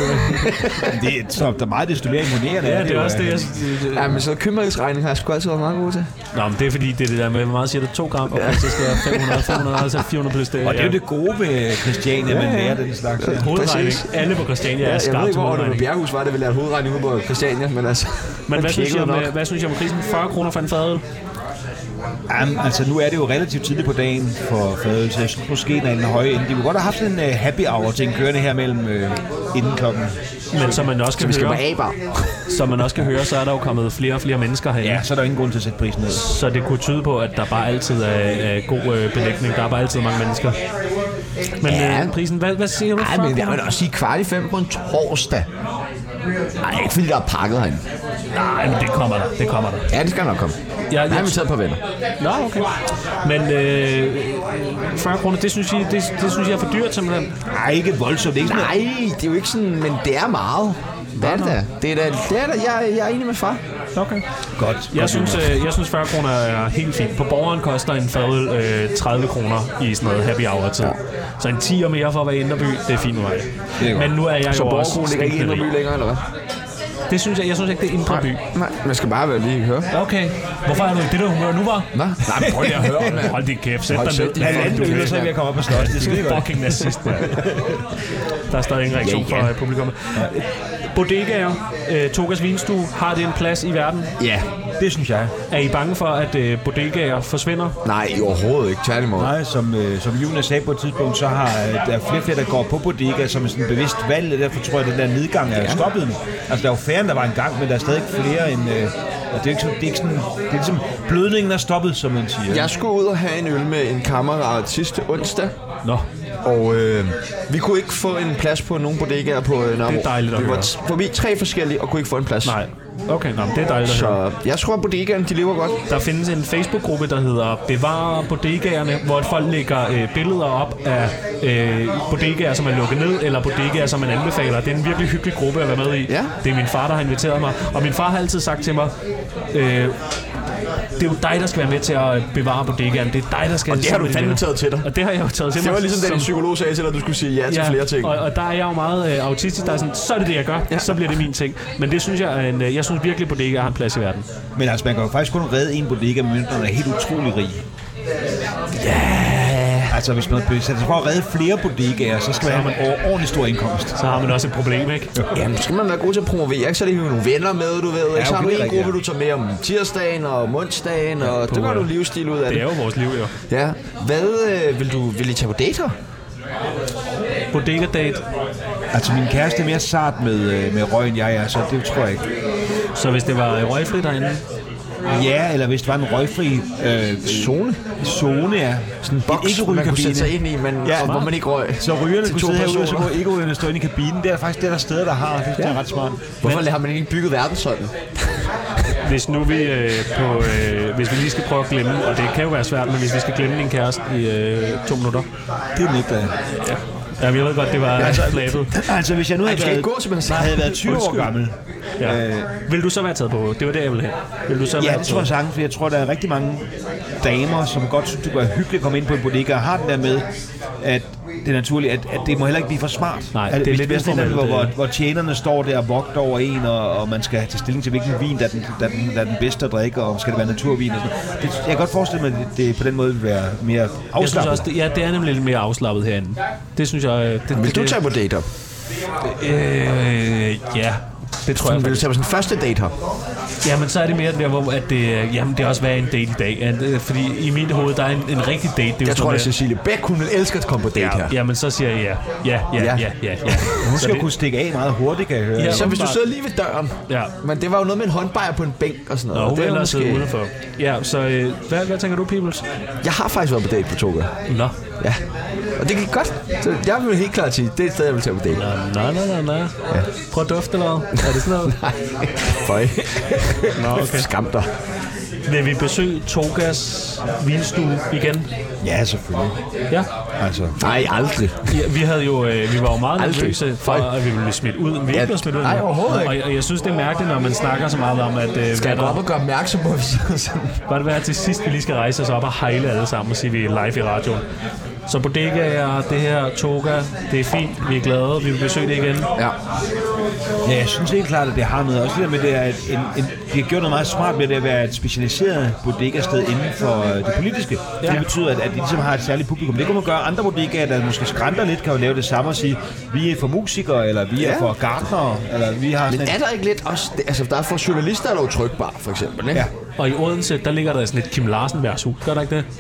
Speaker 3: Det er der meget desto mere imponerende.
Speaker 2: Ja, det er også det, jeg...
Speaker 1: Ja, men så købmærkesregning har jeg sgu altid været meget god til.
Speaker 2: Nå, men det er fordi, det er det der med, hvor meget siger det? 2 gram, og så skal jeg 500, altså 400 plus det.
Speaker 3: Og det er jo det gode ved Christiania, man lærer den slags.
Speaker 2: Hovedregning. Alle på Christiania er skarpt.
Speaker 1: Jeg ved ikke, hvor det med Bjerghus var, det ville lære hovedregning ude på Christiania, men altså...
Speaker 2: Men hvad synes I om prisen? 40 kroner for en fadøl?
Speaker 3: Jamen, altså nu er det jo relativt tidligt på dagen for fadøl, så jeg synes måske, den er den høje ende. De kunne godt have haft en happy hour til en kørende her mellem inden klokken.
Speaker 2: Men som man også kan høre, som man også kan høre, så er der jo kommet flere og flere mennesker herinde.
Speaker 3: Ja, så er der ingen grund til at sætte prisen ned.
Speaker 2: Så det kunne tyde på, at der bare altid er god belægning. Der er bare altid mange mennesker. Men prisen, hvad siger du?
Speaker 1: Nej, men jeg vil også sige 4:45 på en torsdag. Nej, ikke fordi der er pakket herinde.
Speaker 2: Nej, men det kommer der.
Speaker 1: Ja, det skal nok komme. Jeg har inviteret på venner.
Speaker 2: Nå, okay. Men 40 kroner, det synes jeg er for dyrt simpelthen.
Speaker 3: Nej, ikke voldsomt. Ikke
Speaker 1: nej, det er jo ikke sådan, men det er meget. Hvad er det der? Det er der. Jeg er enig med far.
Speaker 2: Okay.
Speaker 3: Godt.
Speaker 2: Jeg synes 40 kroner er helt fint. På borgeren koster en fadøl 30 kroner i sådan noget happy hour tid. Så en 10 mere for at være i Indreby, det er fint med mig. Men nu er jeg jo også...
Speaker 1: Så borgerkronen ligger ikke i Indreby længere, eller hvad?
Speaker 2: Det synes jeg synes ikke, det er Indre By.
Speaker 1: Nej, man skal bare lige høre.
Speaker 2: Okay. Hvorfor er du det, du humør nu var?
Speaker 1: Nej, men prøv lige at høre.
Speaker 2: Hold din kæft, sæt dig ned.
Speaker 3: Halvanden øl, så er vi at komme op og slås. Det skal godt.
Speaker 2: Fucking nazist, man. Der er stadig en reaktion fra publikummet. Bodegaer, Togas Vinstue, har det en plads i verden?
Speaker 1: Ja,
Speaker 3: det synes jeg.
Speaker 2: Er I bange for, at bodegaer forsvinder?
Speaker 1: Nej, overhovedet ikke. Tværtimod.
Speaker 3: Nej, som Jonas sagde på et tidspunkt, så har der flere, der går på bodegaer som sådan en bevidst valg, og derfor tror jeg, at den der nedgang er stoppet nu. Altså, der er jo færre, end der var en gang, men der er stadig flere end... det er ligesom blødningen er stoppet, som man siger.
Speaker 1: Jeg skulle ud og have en øl med en kammerat sidste onsdag.
Speaker 2: Nå.
Speaker 1: Og vi kunne ikke få en plads på nogen bodegaer på Nørrebro.
Speaker 2: Det er dejligt at
Speaker 1: Vi
Speaker 2: høre.
Speaker 1: var forbi 3 forskellige og kunne ikke få en plads.
Speaker 2: Nej. Okay, nå, det er dejligt at høre.
Speaker 1: Så jeg tror, at bodegaerne, de lever godt.
Speaker 2: Der findes en Facebook-gruppe, der hedder Bevare Bodegaerne, hvor folk lægger billeder op af bodegaer, som er lukket ned, eller bodegaer, som man anbefaler. Det er en virkelig hyggelig gruppe at være med i.
Speaker 1: Ja.
Speaker 2: Det er min far, der har inviteret mig. Og min far har altid sagt til mig, det er jo dig, der skal være med til at bevare bodegaen. Det er dig, der skal...
Speaker 1: Og det har du fandme taget til dig.
Speaker 2: Og det har jeg jo taget til mig.
Speaker 1: Det var ligesom det, din psykolog sagde til dig, at du skulle sige ja til flere ting.
Speaker 2: Og der er jeg jo meget autistisk. Der er sådan, så er det det, jeg gør. Ja. Så bliver det min ting. Men det synes jeg er jeg synes virkelig, bodegaer har en plads i verden.
Speaker 3: Men altså, man kan jo faktisk kun redde en bodega, men man er helt utrolig rig. Altså, hvis man sætter sig for at redde flere bodegaer, så skal man have en ordentlig stor indkomst.
Speaker 2: Så har man også et problem, ikke?
Speaker 1: Jamen, skal man være god til at promovere, ikke? Så er det jo nogle venner med, du ved. Ikke?
Speaker 3: Ja,
Speaker 1: Så har du
Speaker 3: okay,
Speaker 1: en gruppe, du tager med om tirsdagen og onsdagen, og det gør du livsstil ud af det.
Speaker 2: Det er jo vores liv, jo.
Speaker 1: Ja. Hvad vil I tage på dater?
Speaker 2: Bodega date.
Speaker 3: Altså, min kæreste er mere sart med røg, end jeg er, så det tror jeg ikke.
Speaker 2: Så hvis det var røgfri derinde?
Speaker 3: Ja, eller hvis det var en røgfri zone, ja.
Speaker 1: Sådan en boks, man kunne sætte sig ind i, men hvor man ikke røg.
Speaker 3: Så rygerne kunne sidde herude, og så
Speaker 1: personer.
Speaker 3: kunne ikke-rygerne stå inde i kabinen. Det er faktisk det, der steder, der har. Det er ret smart.
Speaker 1: Hvorfor har man ikke bygget verden sådan?
Speaker 2: Hvis nu vi hvis vi lige skal prøve at glemme, og det kan jo være svært, men hvis vi skal glemme din kæreste i 2 minutter.
Speaker 3: Det er lidt af.
Speaker 2: Ja. Jamen, jeg ved godt, det var flabet.
Speaker 3: Altså, hvis jeg nu havde været 20 år gammel.
Speaker 2: Ja. Vil du så være taget på? Det var det, jeg ville have. Vil du så
Speaker 3: Ja,
Speaker 2: være
Speaker 3: det tror jeg sagtens, for jeg tror, der er rigtig mange damer, som godt synes, det kunne være hyggeligt at komme ind på en bodega, og har den der med, at det er naturligt, at det må heller ikke blive for smart.
Speaker 2: Nej, det er lidt
Speaker 3: mere sådan,
Speaker 2: uformelt,
Speaker 3: hvor tjenerne står der og vogter over en, og man skal tage stilling til, hvilken vin, der er den bedste at drikke, og skal det være naturvin og sådan. Jeg kan godt forestille mig, at det på den måde vil være mere afslappet.
Speaker 2: Jeg synes også, det er nemlig lidt mere afslappet herinde. Det synes jeg...
Speaker 1: Vil du tage på dater?
Speaker 2: Ja. Det tror jeg.
Speaker 1: Vil du tage på sådan første date her?
Speaker 2: Jamen, så er det mere der, hvor at det er også været en date i dag. Fordi i mit hoved, der er en rigtig date. Det er
Speaker 1: jeg tror, at Cecilie Bæk, hun vil elske at komme på date her.
Speaker 2: Jamen, så siger jeg ja.
Speaker 3: Hun skal kunne stikke af meget hurtigt, kan jeg høre.
Speaker 1: Ja, så hvis du sidder lige ved døren.
Speaker 2: Ja.
Speaker 1: Men det var jo noget med en håndbajer på en bænk og sådan noget.
Speaker 2: Nå,
Speaker 1: det
Speaker 2: er måske udenfor. Ja, så hvad tænker du, Peoples?
Speaker 1: Jeg har faktisk været på date på Toga.
Speaker 2: Nå.
Speaker 1: Ja. Og det gik godt. Så jeg vil helt klart sige, det er et sted, jeg vil tage på date.
Speaker 2: Nå. Ja. Prøv at dufte, eller hvad? Er det sådan noget?
Speaker 1: Nej. Føj.
Speaker 2: Nå, okay.
Speaker 1: Skam dig.
Speaker 2: Vil vi besøge Togas hvilestue igen?
Speaker 3: Ja, selvfølgelig.
Speaker 2: Ja.
Speaker 3: Altså.
Speaker 1: Nej, aldrig.
Speaker 2: Ja, vi var jo meget nervøse for, at vi ville blive smidt ud. Vi ikke blev smidt ud.
Speaker 1: Nej, overhovedet ikke.
Speaker 2: Og jeg synes, det er mærkeligt, når man snakker så meget om, at...
Speaker 1: Skal jeg gå op og gøre opmærksom på, at vi sidder sådan?
Speaker 2: Var det være til sidst, vi lige skal rejse os op og hejle alle sammen og sige, vi er live i radioen. Så bodegaer, det her Toga, det er fint, vi er glade, vi vil besøge det igen.
Speaker 1: Ja.
Speaker 3: Ja, jeg synes helt klart, at det har noget. Også det der med, det er de har gjort noget meget smart med det at være et specialiseret bodegasted inden for det politiske. Ja. Det betyder, at de ligesom har et særligt publikum. Det kunne man gøre. Andre bodegaer, der måske skrænter lidt, kan jo lave det samme og sige, vi er for musikere, eller vi er for gartnere, eller vi har...
Speaker 1: Men er der ikke lidt også... Altså, der er for journalister, der er jo trykbar, for eksempel, ikke?
Speaker 3: Ja.
Speaker 2: Og i Odense, der ligger der sådan et Kim Larsen værtshus. Gør der ikke det?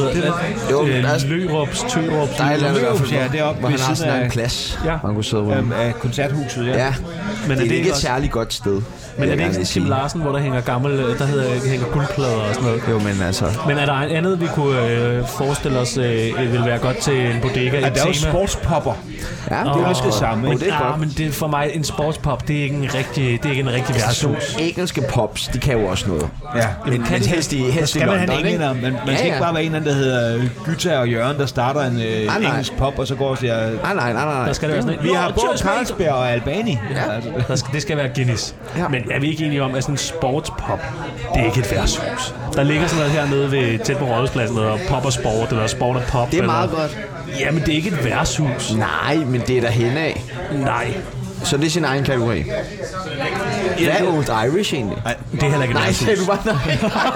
Speaker 1: Jo, men der er...
Speaker 2: Lørups, Tørups...
Speaker 1: Der er et eller andet i hvert fald,
Speaker 3: Ja, det er oppe
Speaker 1: hvor
Speaker 3: ved
Speaker 1: han har
Speaker 3: siden
Speaker 1: sådan
Speaker 3: af-
Speaker 1: en plads,
Speaker 2: Ja.
Speaker 1: man kunne sidde rundt.
Speaker 3: Af koncerthuset, ja.
Speaker 1: Ja,
Speaker 2: Men
Speaker 1: det er ikke et
Speaker 2: også-
Speaker 1: særligt godt sted.
Speaker 2: Men er det ikke
Speaker 1: gerne
Speaker 2: sådan
Speaker 1: sige.
Speaker 2: Kim Larsen, hvor der hænger hænger guldplader og sådan noget?
Speaker 1: Jo, men altså...
Speaker 2: Men er der andet, vi kunne forestille os ville være godt til en bodega?
Speaker 3: Ja, der er jo sportspopper.
Speaker 1: Ja,
Speaker 3: Det er også det samme, ikke?
Speaker 1: Det er godt.
Speaker 2: men det, for mig, en sportspop, det er ikke en rigtig værtshus.
Speaker 1: Engelske pops, de kan jo også noget.
Speaker 3: Ja.
Speaker 1: Men helst i
Speaker 3: Skal man have en
Speaker 1: London, ikke?
Speaker 3: englænder? Man skal ikke bare være en eller anden, der hedder Gytta og Jørgen, der starter en engelsk pop, og så går og siger...
Speaker 1: Nej.
Speaker 2: Der skal det være sådan
Speaker 3: Vi har både Carlsberg og Albani.
Speaker 1: Ja.
Speaker 3: Altså,
Speaker 2: det skal være Guinness.
Speaker 1: Ja.
Speaker 2: Men er vi ikke enige om, at sådan en sportspop, det er ikke et værtshus? Der ligger sådan noget hernede ved tæt på Rådhuspladsen, der pop og sport, eller sport og pop.
Speaker 1: Det er
Speaker 2: eller...
Speaker 1: meget godt.
Speaker 2: Jamen, det er ikke et værtshus.
Speaker 1: Nej, men det er der hen af.
Speaker 2: Nej.
Speaker 1: Så det er sin egen kategori. Hvad er Old Irish egentlig?
Speaker 2: Nej, det er heller ikke et
Speaker 1: Nej,
Speaker 2: værtshus.
Speaker 1: sagde du bare nej.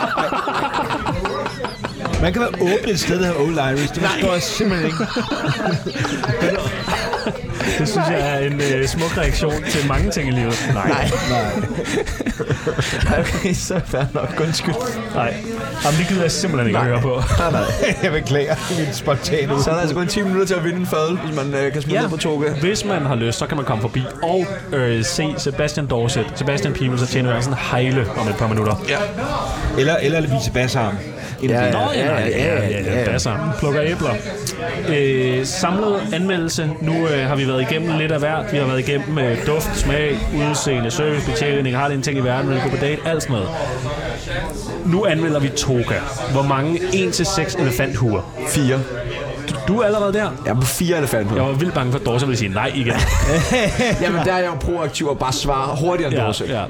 Speaker 3: man kan være åbent et sted, der hedder Old Irish. Det forstår jeg simpelthen ikke.
Speaker 2: Det synes jeg er en smuk reaktion til mange ting i livet. Nej.
Speaker 1: Okay, så fair nok. Undskyld.
Speaker 2: Nej. Jamen, det gider jeg simpelthen ikke at høre på.
Speaker 1: Nej.
Speaker 3: Jeg beklager min spontane.
Speaker 1: Så er der altså kun 10 minutter til at vinde en fadel, hvis man kan smide ned på Toga.
Speaker 2: Hvis man har lyst, så kan man komme forbi og se Sebastian Dorset, Sebastian Peoples og Tjene Jørgensen hejle om et par minutter.
Speaker 1: Ja.
Speaker 3: Eller vise bassarm.
Speaker 2: Ja. Passer. Plukker æbler. Samlet anmeldelse. Nu har vi været igennem lidt af hvert. Vi har været igennem duft, smag, udseende, service, betjening, har det en ting i verden, vil gå på date, alt sådan noget. Nu anmelder vi Toga. Hvor mange 1-6 elefanthuer?
Speaker 1: 4.
Speaker 2: Du er allerede der?
Speaker 1: Jeg er på 4 elefanthuer.
Speaker 2: Jeg var vildt bange for, at Dorse ville sige nej igen.
Speaker 1: Jamen, der er jeg jo proaktiv og bare svarer hurtigere end Dorse.
Speaker 2: Ja.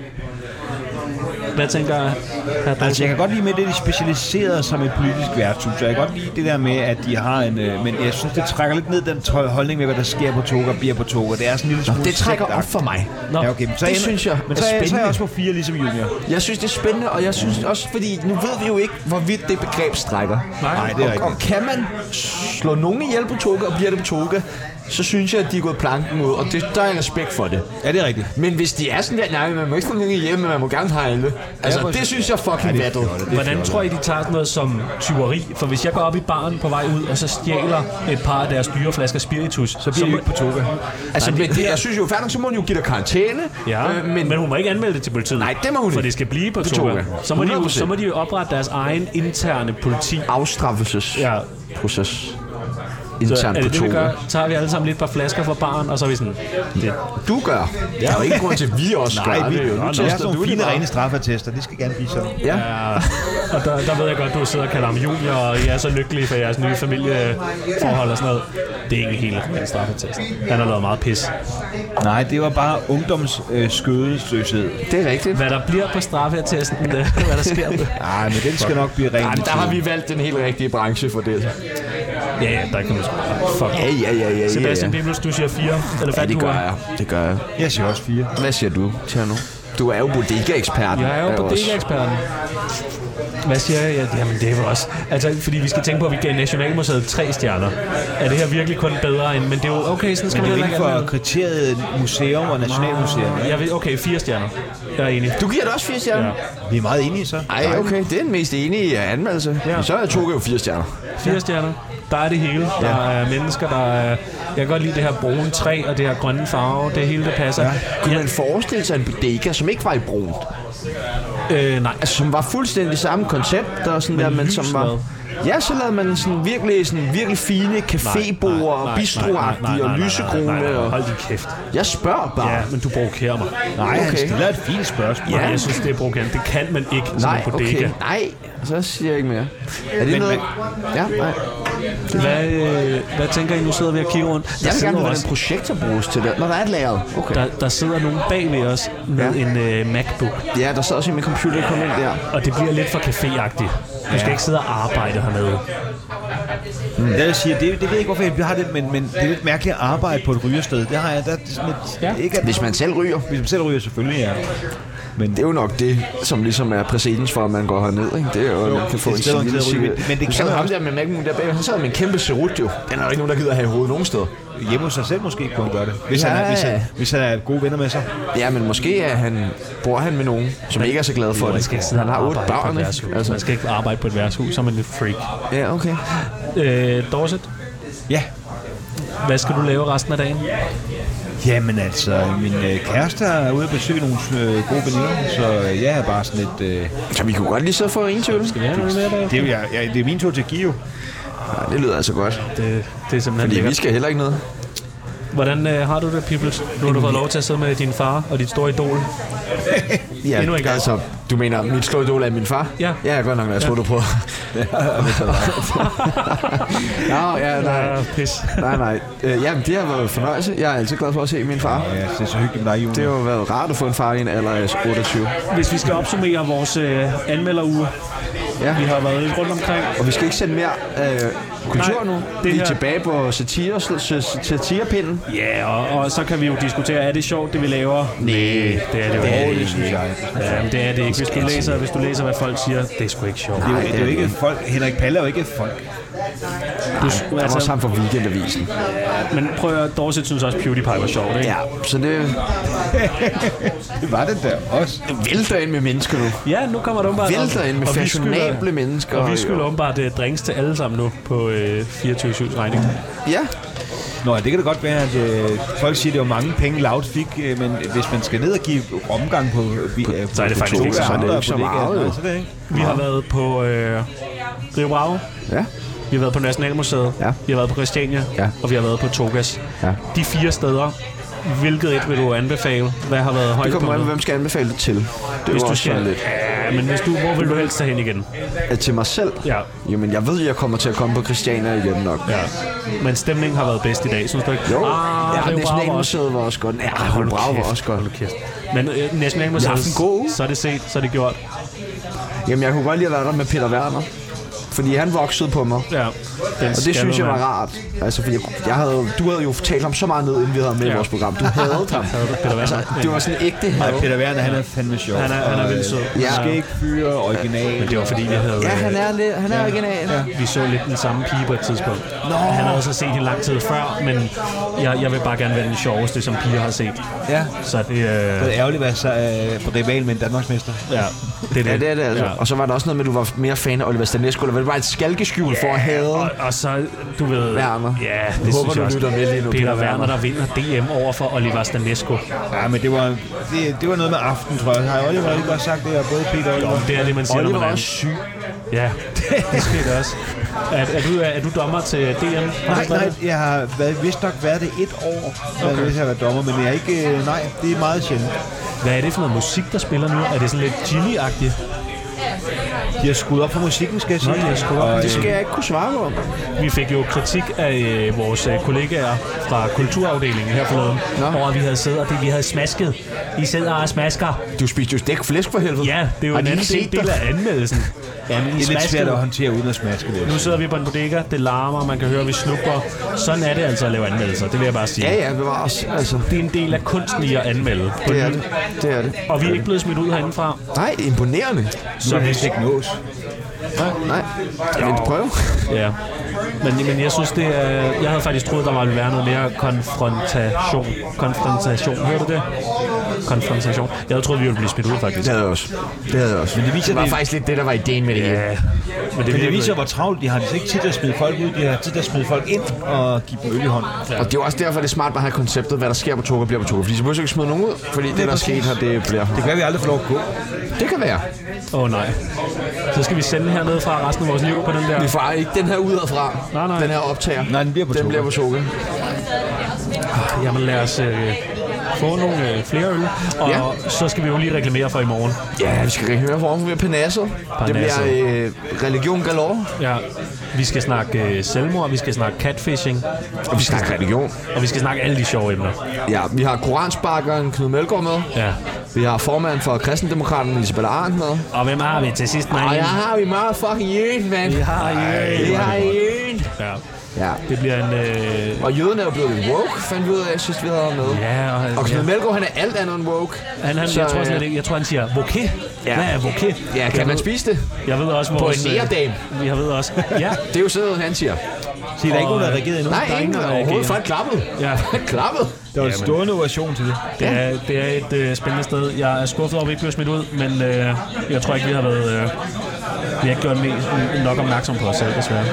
Speaker 2: Hvad tænker jeg?
Speaker 3: Altså, jeg kan godt lide med det, de specialiserede som et politisk værtshus. Jeg kan godt lide det der med, at de har en... men jeg synes, det trækker lidt ned den holdning med, hvad der sker på Toga og bliver på Toga. Det er sådan en lille smule...
Speaker 1: Det trækker op for mig.
Speaker 3: Ja, okay. Men
Speaker 1: det synes jeg
Speaker 3: men
Speaker 1: er spændende.
Speaker 3: Så er jeg også på 4, ligesom Junior.
Speaker 1: Jeg synes, det er spændende, og jeg synes også, fordi nu ved vi jo ikke, hvorvidt det begreb strækker.
Speaker 3: Nej, det er rigtigt.
Speaker 1: Og kan man slå nogen ihjel på Toga, og bliver det på Toga, så synes jeg, at de er gået planken ud, og der er en respekt for det.
Speaker 3: Ja, det er rigtigt.
Speaker 1: Men hvis de er sådan der, nej, man må ikke få nogen ihjel, men man må gerne hejle. Altså, det synes jeg fucking vattet.
Speaker 2: Hvordan tror I, de tager sådan noget som tyveri? For hvis jeg går op i baren på vej ud, og så stjæler et par af deres dyre flasker spiritus,
Speaker 3: så bliver det ikke på Toga.
Speaker 1: Altså, jeg synes jo, færdig, så må hun jo give dig karantæne.
Speaker 2: Ja, men hun må ikke anmelde det til politiet.
Speaker 1: Nej, det må hun ikke.
Speaker 2: For det skal blive på Toga. Så må de jo oprette deres egen interne politi.
Speaker 1: Afstraffelsesproces.
Speaker 2: Så er det det, vi gør? Tager vi alle sammen lidt par flasker fra baren, og så er vi sådan... Det.
Speaker 1: Du gør. Der er jo ikke grund til, at vi også gør det.
Speaker 3: Nej, vi har sådan nogle fine, rene straffetester. Det skal gerne blive sådan.
Speaker 2: Ja. Og der ved jeg godt, du sidder og kalder ham junior, og I er så lykkelige for jeres nye familieforhold og sådan noget. Det er ikke helt en straffetest. Han har lavet meget pis.
Speaker 3: Nej, det var bare ungdomsskødesløshed.
Speaker 1: Det er rigtigt.
Speaker 2: Hvad der bliver på straffetesten, hvad der sker.
Speaker 3: Nej, men den skal nok blive rent.
Speaker 1: Der har vi valgt den helt rigtige branche for det.
Speaker 2: Ja, der kan man sgu... Fuck.
Speaker 1: Ja.
Speaker 2: Sebastian Bibels, du siger 4 elefanthuer.
Speaker 1: Ja, det gør jeg.
Speaker 3: Jeg siger også 4.
Speaker 1: Hvad siger du, Tjerno? Du er jo bodega-eksperten.
Speaker 2: Jeg er jo bodega-eksperten. Hvad siger jeg? Jamen det er jo også... Altså, fordi vi skal tænke på, at vi gav Nationalmuseet 3 stjerner. Er det her virkelig kun bedre end... Men det er jo okay, sådan skal man
Speaker 3: heller ikke... Men det er inden for kriteriet museum og Nationalmuseum.
Speaker 2: Jeg ved, okay, 4 stjerner. Jeg er enig.
Speaker 1: Du giver det også 4 stjerner? Ja.
Speaker 3: Vi er meget enige så.
Speaker 1: Ej, okay. Det er den mest enige anmeldelse. Ja. Så er Toga jo 4 stjerner.
Speaker 2: 4 stjerner. Der er det hele. Der er mennesker, der er... Jeg kan godt lide det her brune træ og det her grønne farve. Det hele, der passer. Ja.
Speaker 1: Kunne man forestille sig en bodega, som ikke var i brunt?
Speaker 2: Nej.
Speaker 1: Altså, som var fuldstændig samme koncept, og sådan der, men som var... Ja, så lavede man sådan virkelig fine cafébord og bistroagtige og lysegrune.
Speaker 2: Nej, hold din kæft.
Speaker 1: Jeg spørger bare.
Speaker 2: Ja, men du provokerer mig.
Speaker 3: Nej, han stiller et fint spørgsmål.
Speaker 2: Ja, jeg synes, det er provokerende. Det kan man ikke som en bodega.
Speaker 1: Okay. Nej, så siger jeg ikke mere. Er det noget? Ja, nej.
Speaker 2: Hvad tænker I? Nu sidder vi og kigger rundt.
Speaker 1: Jeg vil gerne vide, hvordan projektor bruges til det. Når der er et lager. Okay.
Speaker 2: Der sidder nogen bag ved os med en MacBook.
Speaker 1: Ja, der sidder også en computer kom ind der.
Speaker 2: Og det bliver lidt for caféagtigt. Du skal ikke sidde og arbejde hernede.
Speaker 3: Jeg siger, det ved jeg ikke, hvorfor jeg har det, men det er lidt mærkeligt at arbejde på et rygersted. Det har jeg. Ikke
Speaker 1: hvis man selv ryger.
Speaker 3: Hvis man selv ryger, selvfølgelig, ja.
Speaker 1: Men det er jo nok det, som ligesom er præcedens for, at man går herned, ikke? Det er jo, man kan få en cigaret. Men det kan ham der med MacBook der bag, han sad med en kæmpe cerut jo. Den er jo ikke nogen, der gider have i hovedet nogen steder.
Speaker 3: Hjemme hos sig selv måske kunne han gøre det. Hvis han er gode venner med sig.
Speaker 1: Ja, men måske bor han med nogen, som ikke er så glad for det. Han har 8 børn, ikke?
Speaker 2: Altså. Man skal ikke arbejde på et værtshus, så er man lidt freak.
Speaker 1: Ja, okay.
Speaker 2: Dorset?
Speaker 3: Ja.
Speaker 2: Hvad skal du lave resten af dagen?
Speaker 3: Jamen altså, min kæreste er ude at besøge nogle gode veninder, så jeg er bare sådan lidt...
Speaker 1: Så vi kunne godt lige sidde for en tur.
Speaker 2: Skal vi have noget mere der?
Speaker 3: Det er min tur til Gio.
Speaker 1: Ja, det lyder altså godt.
Speaker 2: Det er simpelthen
Speaker 1: fordi lækkert. Vi skal heller ikke noget.
Speaker 2: Hvordan har du det, Peoples? Nu har du fået lov til at sidde med din far og dit store idol.
Speaker 1: Ja, endnu en gang. Altså, du mener, mit store idol er min far?
Speaker 2: Ja.
Speaker 1: Ja, godt nok, jeg tror du på. Ja, nej.
Speaker 2: Pis.
Speaker 1: Nej. Jamen, det har været en fornøjelse. Jeg er altid glad for at se min far.
Speaker 3: Ja, det er så hyggeligt med dig, Juni.
Speaker 1: Det har jo været rart at få en far i en alder af 28.
Speaker 2: Hvis vi skal opsummere vores anmelderuge. Ja. Vi har været lidt rundt omkring.
Speaker 1: Og vi skal ikke sende mere kultur nu. Vi er tilbage på satirepinden.
Speaker 2: Ja, og så kan vi jo diskutere, er det sjovt, det vi laver? Nej, det er det jo ikke, synes jeg. Ja, men det er det ikke. Hvis du læser, hvad folk siger, det er sgu ikke sjovt.
Speaker 3: Det er jo ikke folk. Henrik Palle er jo ikke folk.
Speaker 1: Du er også ham fra Weekendavisen.
Speaker 2: Men prøv at Dorset synes også, PewDiePie var sjovt, ikke?
Speaker 1: Ja, så det...
Speaker 3: Det var det der også.
Speaker 1: Det vælter ind med mennesker nu.
Speaker 2: Ja, nu kommer det åbenbart.
Speaker 1: Vælter ind med fashionable mennesker.
Speaker 2: Og vi skylder åbenbart drinks til alle sammen nu på 24/7's regning.
Speaker 1: Ja.
Speaker 3: Nå, det kan det godt være, at folk siger, at det var mange penge, Loud fik, men hvis man skal ned og give omgang på
Speaker 2: så er det faktisk ikke
Speaker 1: så meget.
Speaker 2: Vi har været på Rio Bravo.
Speaker 1: Ja.
Speaker 2: Vi har været på Nationalmuseet.
Speaker 1: Ja.
Speaker 2: Vi har været på Christiania.
Speaker 1: Ja.
Speaker 2: Og vi har været på Togas.
Speaker 1: Ja.
Speaker 2: De 4 steder. Hvilket et vil du anbefale? Hvad har været højt?
Speaker 1: Det kommer an på, hvem skal anbefale det til. Det
Speaker 2: hvis
Speaker 1: er
Speaker 2: du
Speaker 1: også
Speaker 2: skal,
Speaker 1: lidt.
Speaker 2: Ja, men hvor vil du helst tage hen igen?
Speaker 1: Til mig selv?
Speaker 2: Ja.
Speaker 1: Jamen, jeg ved, jeg kommer til at komme på Christiania igen nok.
Speaker 2: Ja. Men stemningen har været bedst i dag, synes du ikke?
Speaker 1: Jo. Nationalmuseet var også godt. Ja, Bravo var også godt.
Speaker 2: Men Nationalmuseet, så er det set, så er det gjort.
Speaker 1: Jamen, jeg kunne godt lide at være der med Peter Werner. Fordi han voksede på mig.
Speaker 2: Ja,
Speaker 1: og det synes jeg var rart. Altså, fordi du havde jo talt ham så meget ned, inden vi havde med i vores program. Du havde ham. Altså, det var sådan ægte had.
Speaker 3: Nej, Peter Werner, han er fandme sjov.
Speaker 2: Han er vildt sød.
Speaker 3: Ja. Skægfyr, original.
Speaker 2: Men det var fordi, vi havde...
Speaker 1: Ja, han er original.
Speaker 2: Ja. Vi så lidt den samme pige på et tidspunkt. Han havde også set hende lang tid før, men jeg vil bare gerne være den sjoveste, som piger har set.
Speaker 3: Ja.
Speaker 2: Så det
Speaker 3: det er ærgerligt at være på rival med en Danmarksmester.
Speaker 2: Ja, det er det altså.
Speaker 1: Ja. Og så var der også noget med, at du var mere fan af Oliver Stanesco, eller var det bare et skalkeskjul for at have...
Speaker 2: Og så, du ved...
Speaker 1: Werner.
Speaker 2: Ja, det
Speaker 1: håber,
Speaker 2: synes jeg også.
Speaker 1: Med lige nu,
Speaker 2: Peter Werner, der vinder DM over for Oliver Stanesco.
Speaker 3: Ja, men det var noget med aften, tror jeg. Har Oliver ikke også sagt det, og både Peter og Oliver?
Speaker 2: Jo, det er det, man siger,
Speaker 1: Oliver
Speaker 2: når man er
Speaker 1: også syg.
Speaker 2: Ja, det sker også. Er du dommer til DM?
Speaker 3: Nej, jeg har vist nok været det 1 år, hvis jeg har været dommer, men jeg er ikke... Nej, det er meget sjældent.
Speaker 2: Hvad er det for noget musik, der spiller nu? Er det sådan lidt Gilly-agtigt?
Speaker 3: De har skudt op for musikken, skal jeg sige.
Speaker 1: Det skal jeg ikke kunne svare på.
Speaker 2: Vi fik jo kritik af vores kollegaer fra kulturafdelingen her forleden, hvor vi havde siddet, og vi havde smasket. I sidder og smasker.
Speaker 1: Du spiste jo stegt flæsk for helvede.
Speaker 2: Ja, det er jo en anden del af anmeldelsen. Jamen,
Speaker 3: det er lidt svært at håndtere uden at smaske det.
Speaker 2: Nu sidder vi på en bodega, det larmer, man kan høre, vi slupper. Sådan er det altså at lave anmeldelser, det vil jeg bare sige.
Speaker 1: Ja, det var også. Altså.
Speaker 2: Det er en del af kunsten i at anmelde.
Speaker 1: Det er det.
Speaker 2: Og vi er ikke blevet smidt ud herindefra.
Speaker 1: Nej, imponerende.
Speaker 3: Så det ikke nås.
Speaker 1: Nej. Jeg vil prøve.
Speaker 2: Ja. Men jeg synes, det er... Jeg havde faktisk troet, der ville være noget mere konfrontation. Hørte du det? Konfrontation. Jeg havde troet, vi ville blive smidt ud, faktisk.
Speaker 1: Det havde jeg også. Men det var faktisk lidt det, der var ideen med det.
Speaker 2: Ja.
Speaker 3: Men det viser, hvor travlt de har. De har ikke tid til at smide folk ud. De har tid til at smide folk ind og give dem øl i hånden.
Speaker 1: Ja. Og det er også derfor, det er smart at have konceptet, hvad der sker på Toga bliver på Toga. Fordi så behøver ikke smide nogen ud, fordi det der er sket her, det bliver...
Speaker 3: Det kan være, vi aldrig får lov at gå.
Speaker 1: Det kan være.
Speaker 2: Nej. Så skal vi sende hernede fra resten af vores liv på den der...
Speaker 1: Vi får ikke den her udadfra.
Speaker 2: Nej.
Speaker 1: Den her optager.
Speaker 3: Nej, den bliver på Toga.
Speaker 2: Jamen lad os få nogle flere øl. Og så skal vi jo lige reklamere for i morgen.
Speaker 1: Ja, vi skal reklamere for vi er Parnasset. Det bliver religion galore.
Speaker 2: Ja. Vi skal snakke selvmord, vi skal snakke catfishing.
Speaker 1: Og vi skal snakke religion.
Speaker 2: Og vi skal snakke alle de sjove emner.
Speaker 1: Ja, vi har koransparkeren Knud Melgaard med.
Speaker 2: Ja.
Speaker 1: Vi har formanden for Kristendemokraterne, Isabella Arendt med.
Speaker 2: Og hvem har vi til sidst, mand?
Speaker 1: Og jeg har vi meget fucking jøden, mand.
Speaker 2: Vi har
Speaker 1: jøden. Ja. Det bliver en... Og jøden er jo blevet lidt woke, fandt vi ud af, synes vi havde med.
Speaker 2: Ja,
Speaker 1: og Knud Melgaard, han er alt andet end woke.
Speaker 2: Jeg tror, han siger voké.
Speaker 1: Ja.
Speaker 2: Hvad er voké?
Speaker 1: Ja, kan man spise det?
Speaker 2: Jeg ved også,
Speaker 1: på en nærdame.
Speaker 2: Jeg ved også. Ja.
Speaker 1: Det er jo sådan, han siger.
Speaker 3: Så der er ikke nogen, der har reageret endnu?
Speaker 1: Nej, ingen overhovedet. Folk klappede.
Speaker 2: Ja.
Speaker 1: Klappede.
Speaker 3: Der var en stående ovation til det.
Speaker 2: Det er et spændende sted. Jeg er skuffet over, at vi ikke blev smidt ud, men jeg tror ikke, vi har været... vi har ikke gjort nok opmærksom på os selv, desværre.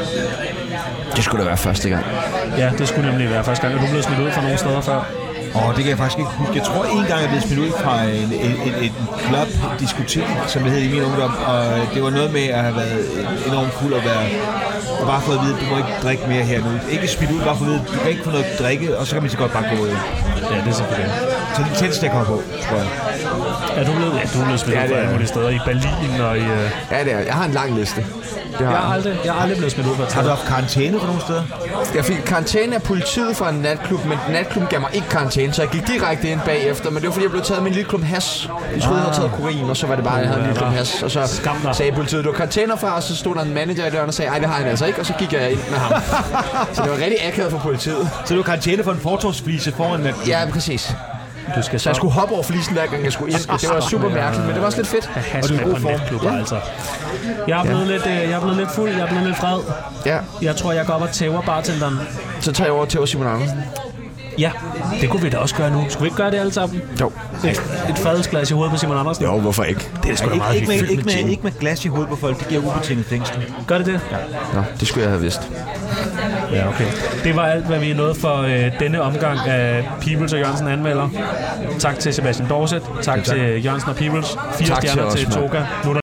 Speaker 1: Det skulle da være første gang.
Speaker 2: Ja, det skulle nemlig være første gang. Er du blevet smidt ud fra nogle steder før?
Speaker 3: Det kan jeg faktisk ikke huske. Jeg tror en gang, jeg blev smidt ud fra en klub, diskotek, som det hed i min ungdom. Og det var noget med at have været enormt fuld og bare fået at vide, at du må ikke drikke mere her nu. Ikke smidt ud, bare få at vide, du kan ikke få noget at drikke, og så kan man så godt bare gå ud.
Speaker 2: Ja, det er selvfølgelig.
Speaker 3: Så det tætteste, jeg kommer på, tror jeg.
Speaker 2: Er du blevet smidt ud fra alle mulige steder? I Berlin og i...
Speaker 1: Ja, det er. Jeg har en lang liste.
Speaker 2: Jeg har aldrig blevet smidt ud fra.
Speaker 3: Har du haft karantæne for nogle steder?
Speaker 1: Jeg fik karantæne af politiet fra en natklub, men natklubben gav mig ikke karantæne, så jeg gik direkte ind bagefter. Men det var fordi, jeg blev taget med en lille klub has. Jeg troede, jeg havde taget kokain, og så var det bare, at jeg havde en lille klub has. Og så sagde politiet, du har karantæne fra, og så stod der en manager i døren og sagde, ej, det har han altså ikke, og så gik jeg ind med ham. Så det var rigtig akavet for politiet.
Speaker 3: Så du har karantæne for en fortovsflise foran natklub?
Speaker 1: Ja, præcis. Så jeg skulle hoppe over flisen hver gang jeg skulle ind. Det var super mærkeligt, men det var også lidt fedt.
Speaker 2: Og det var god form. Altså. Jeg er blevet lidt fuld, jeg er blevet lidt vred.
Speaker 1: Ja.
Speaker 2: Jeg tror, jeg går op og tæver bartenderen.
Speaker 1: Så tager jeg over og tæver Simon Andersen.
Speaker 2: Ja, det kunne vi da også gøre nu. Skulle vi ikke gøre det alle sammen?
Speaker 1: Jo.
Speaker 2: Et fadelsglas i hovedet på Simon Andersen?
Speaker 1: Jo, hvorfor ikke?
Speaker 2: Det er sgu da meget hyggeligt.
Speaker 3: Ikke med glas i hovedet på folk, det giver ubetinget fængsel.
Speaker 2: Gør det det?
Speaker 3: Ja.
Speaker 1: Nå, det skulle jeg have vidst.
Speaker 2: Ja, okay. Det var alt, hvad vi nåede for denne omgang af Peoples og Jørgensen anmelder. Tak til Sebastian Dorset. Tak til Jørgensen og Peoples. 4
Speaker 1: Tak til
Speaker 2: stjerner
Speaker 1: os,
Speaker 2: til
Speaker 1: mand.
Speaker 2: Toga. Nu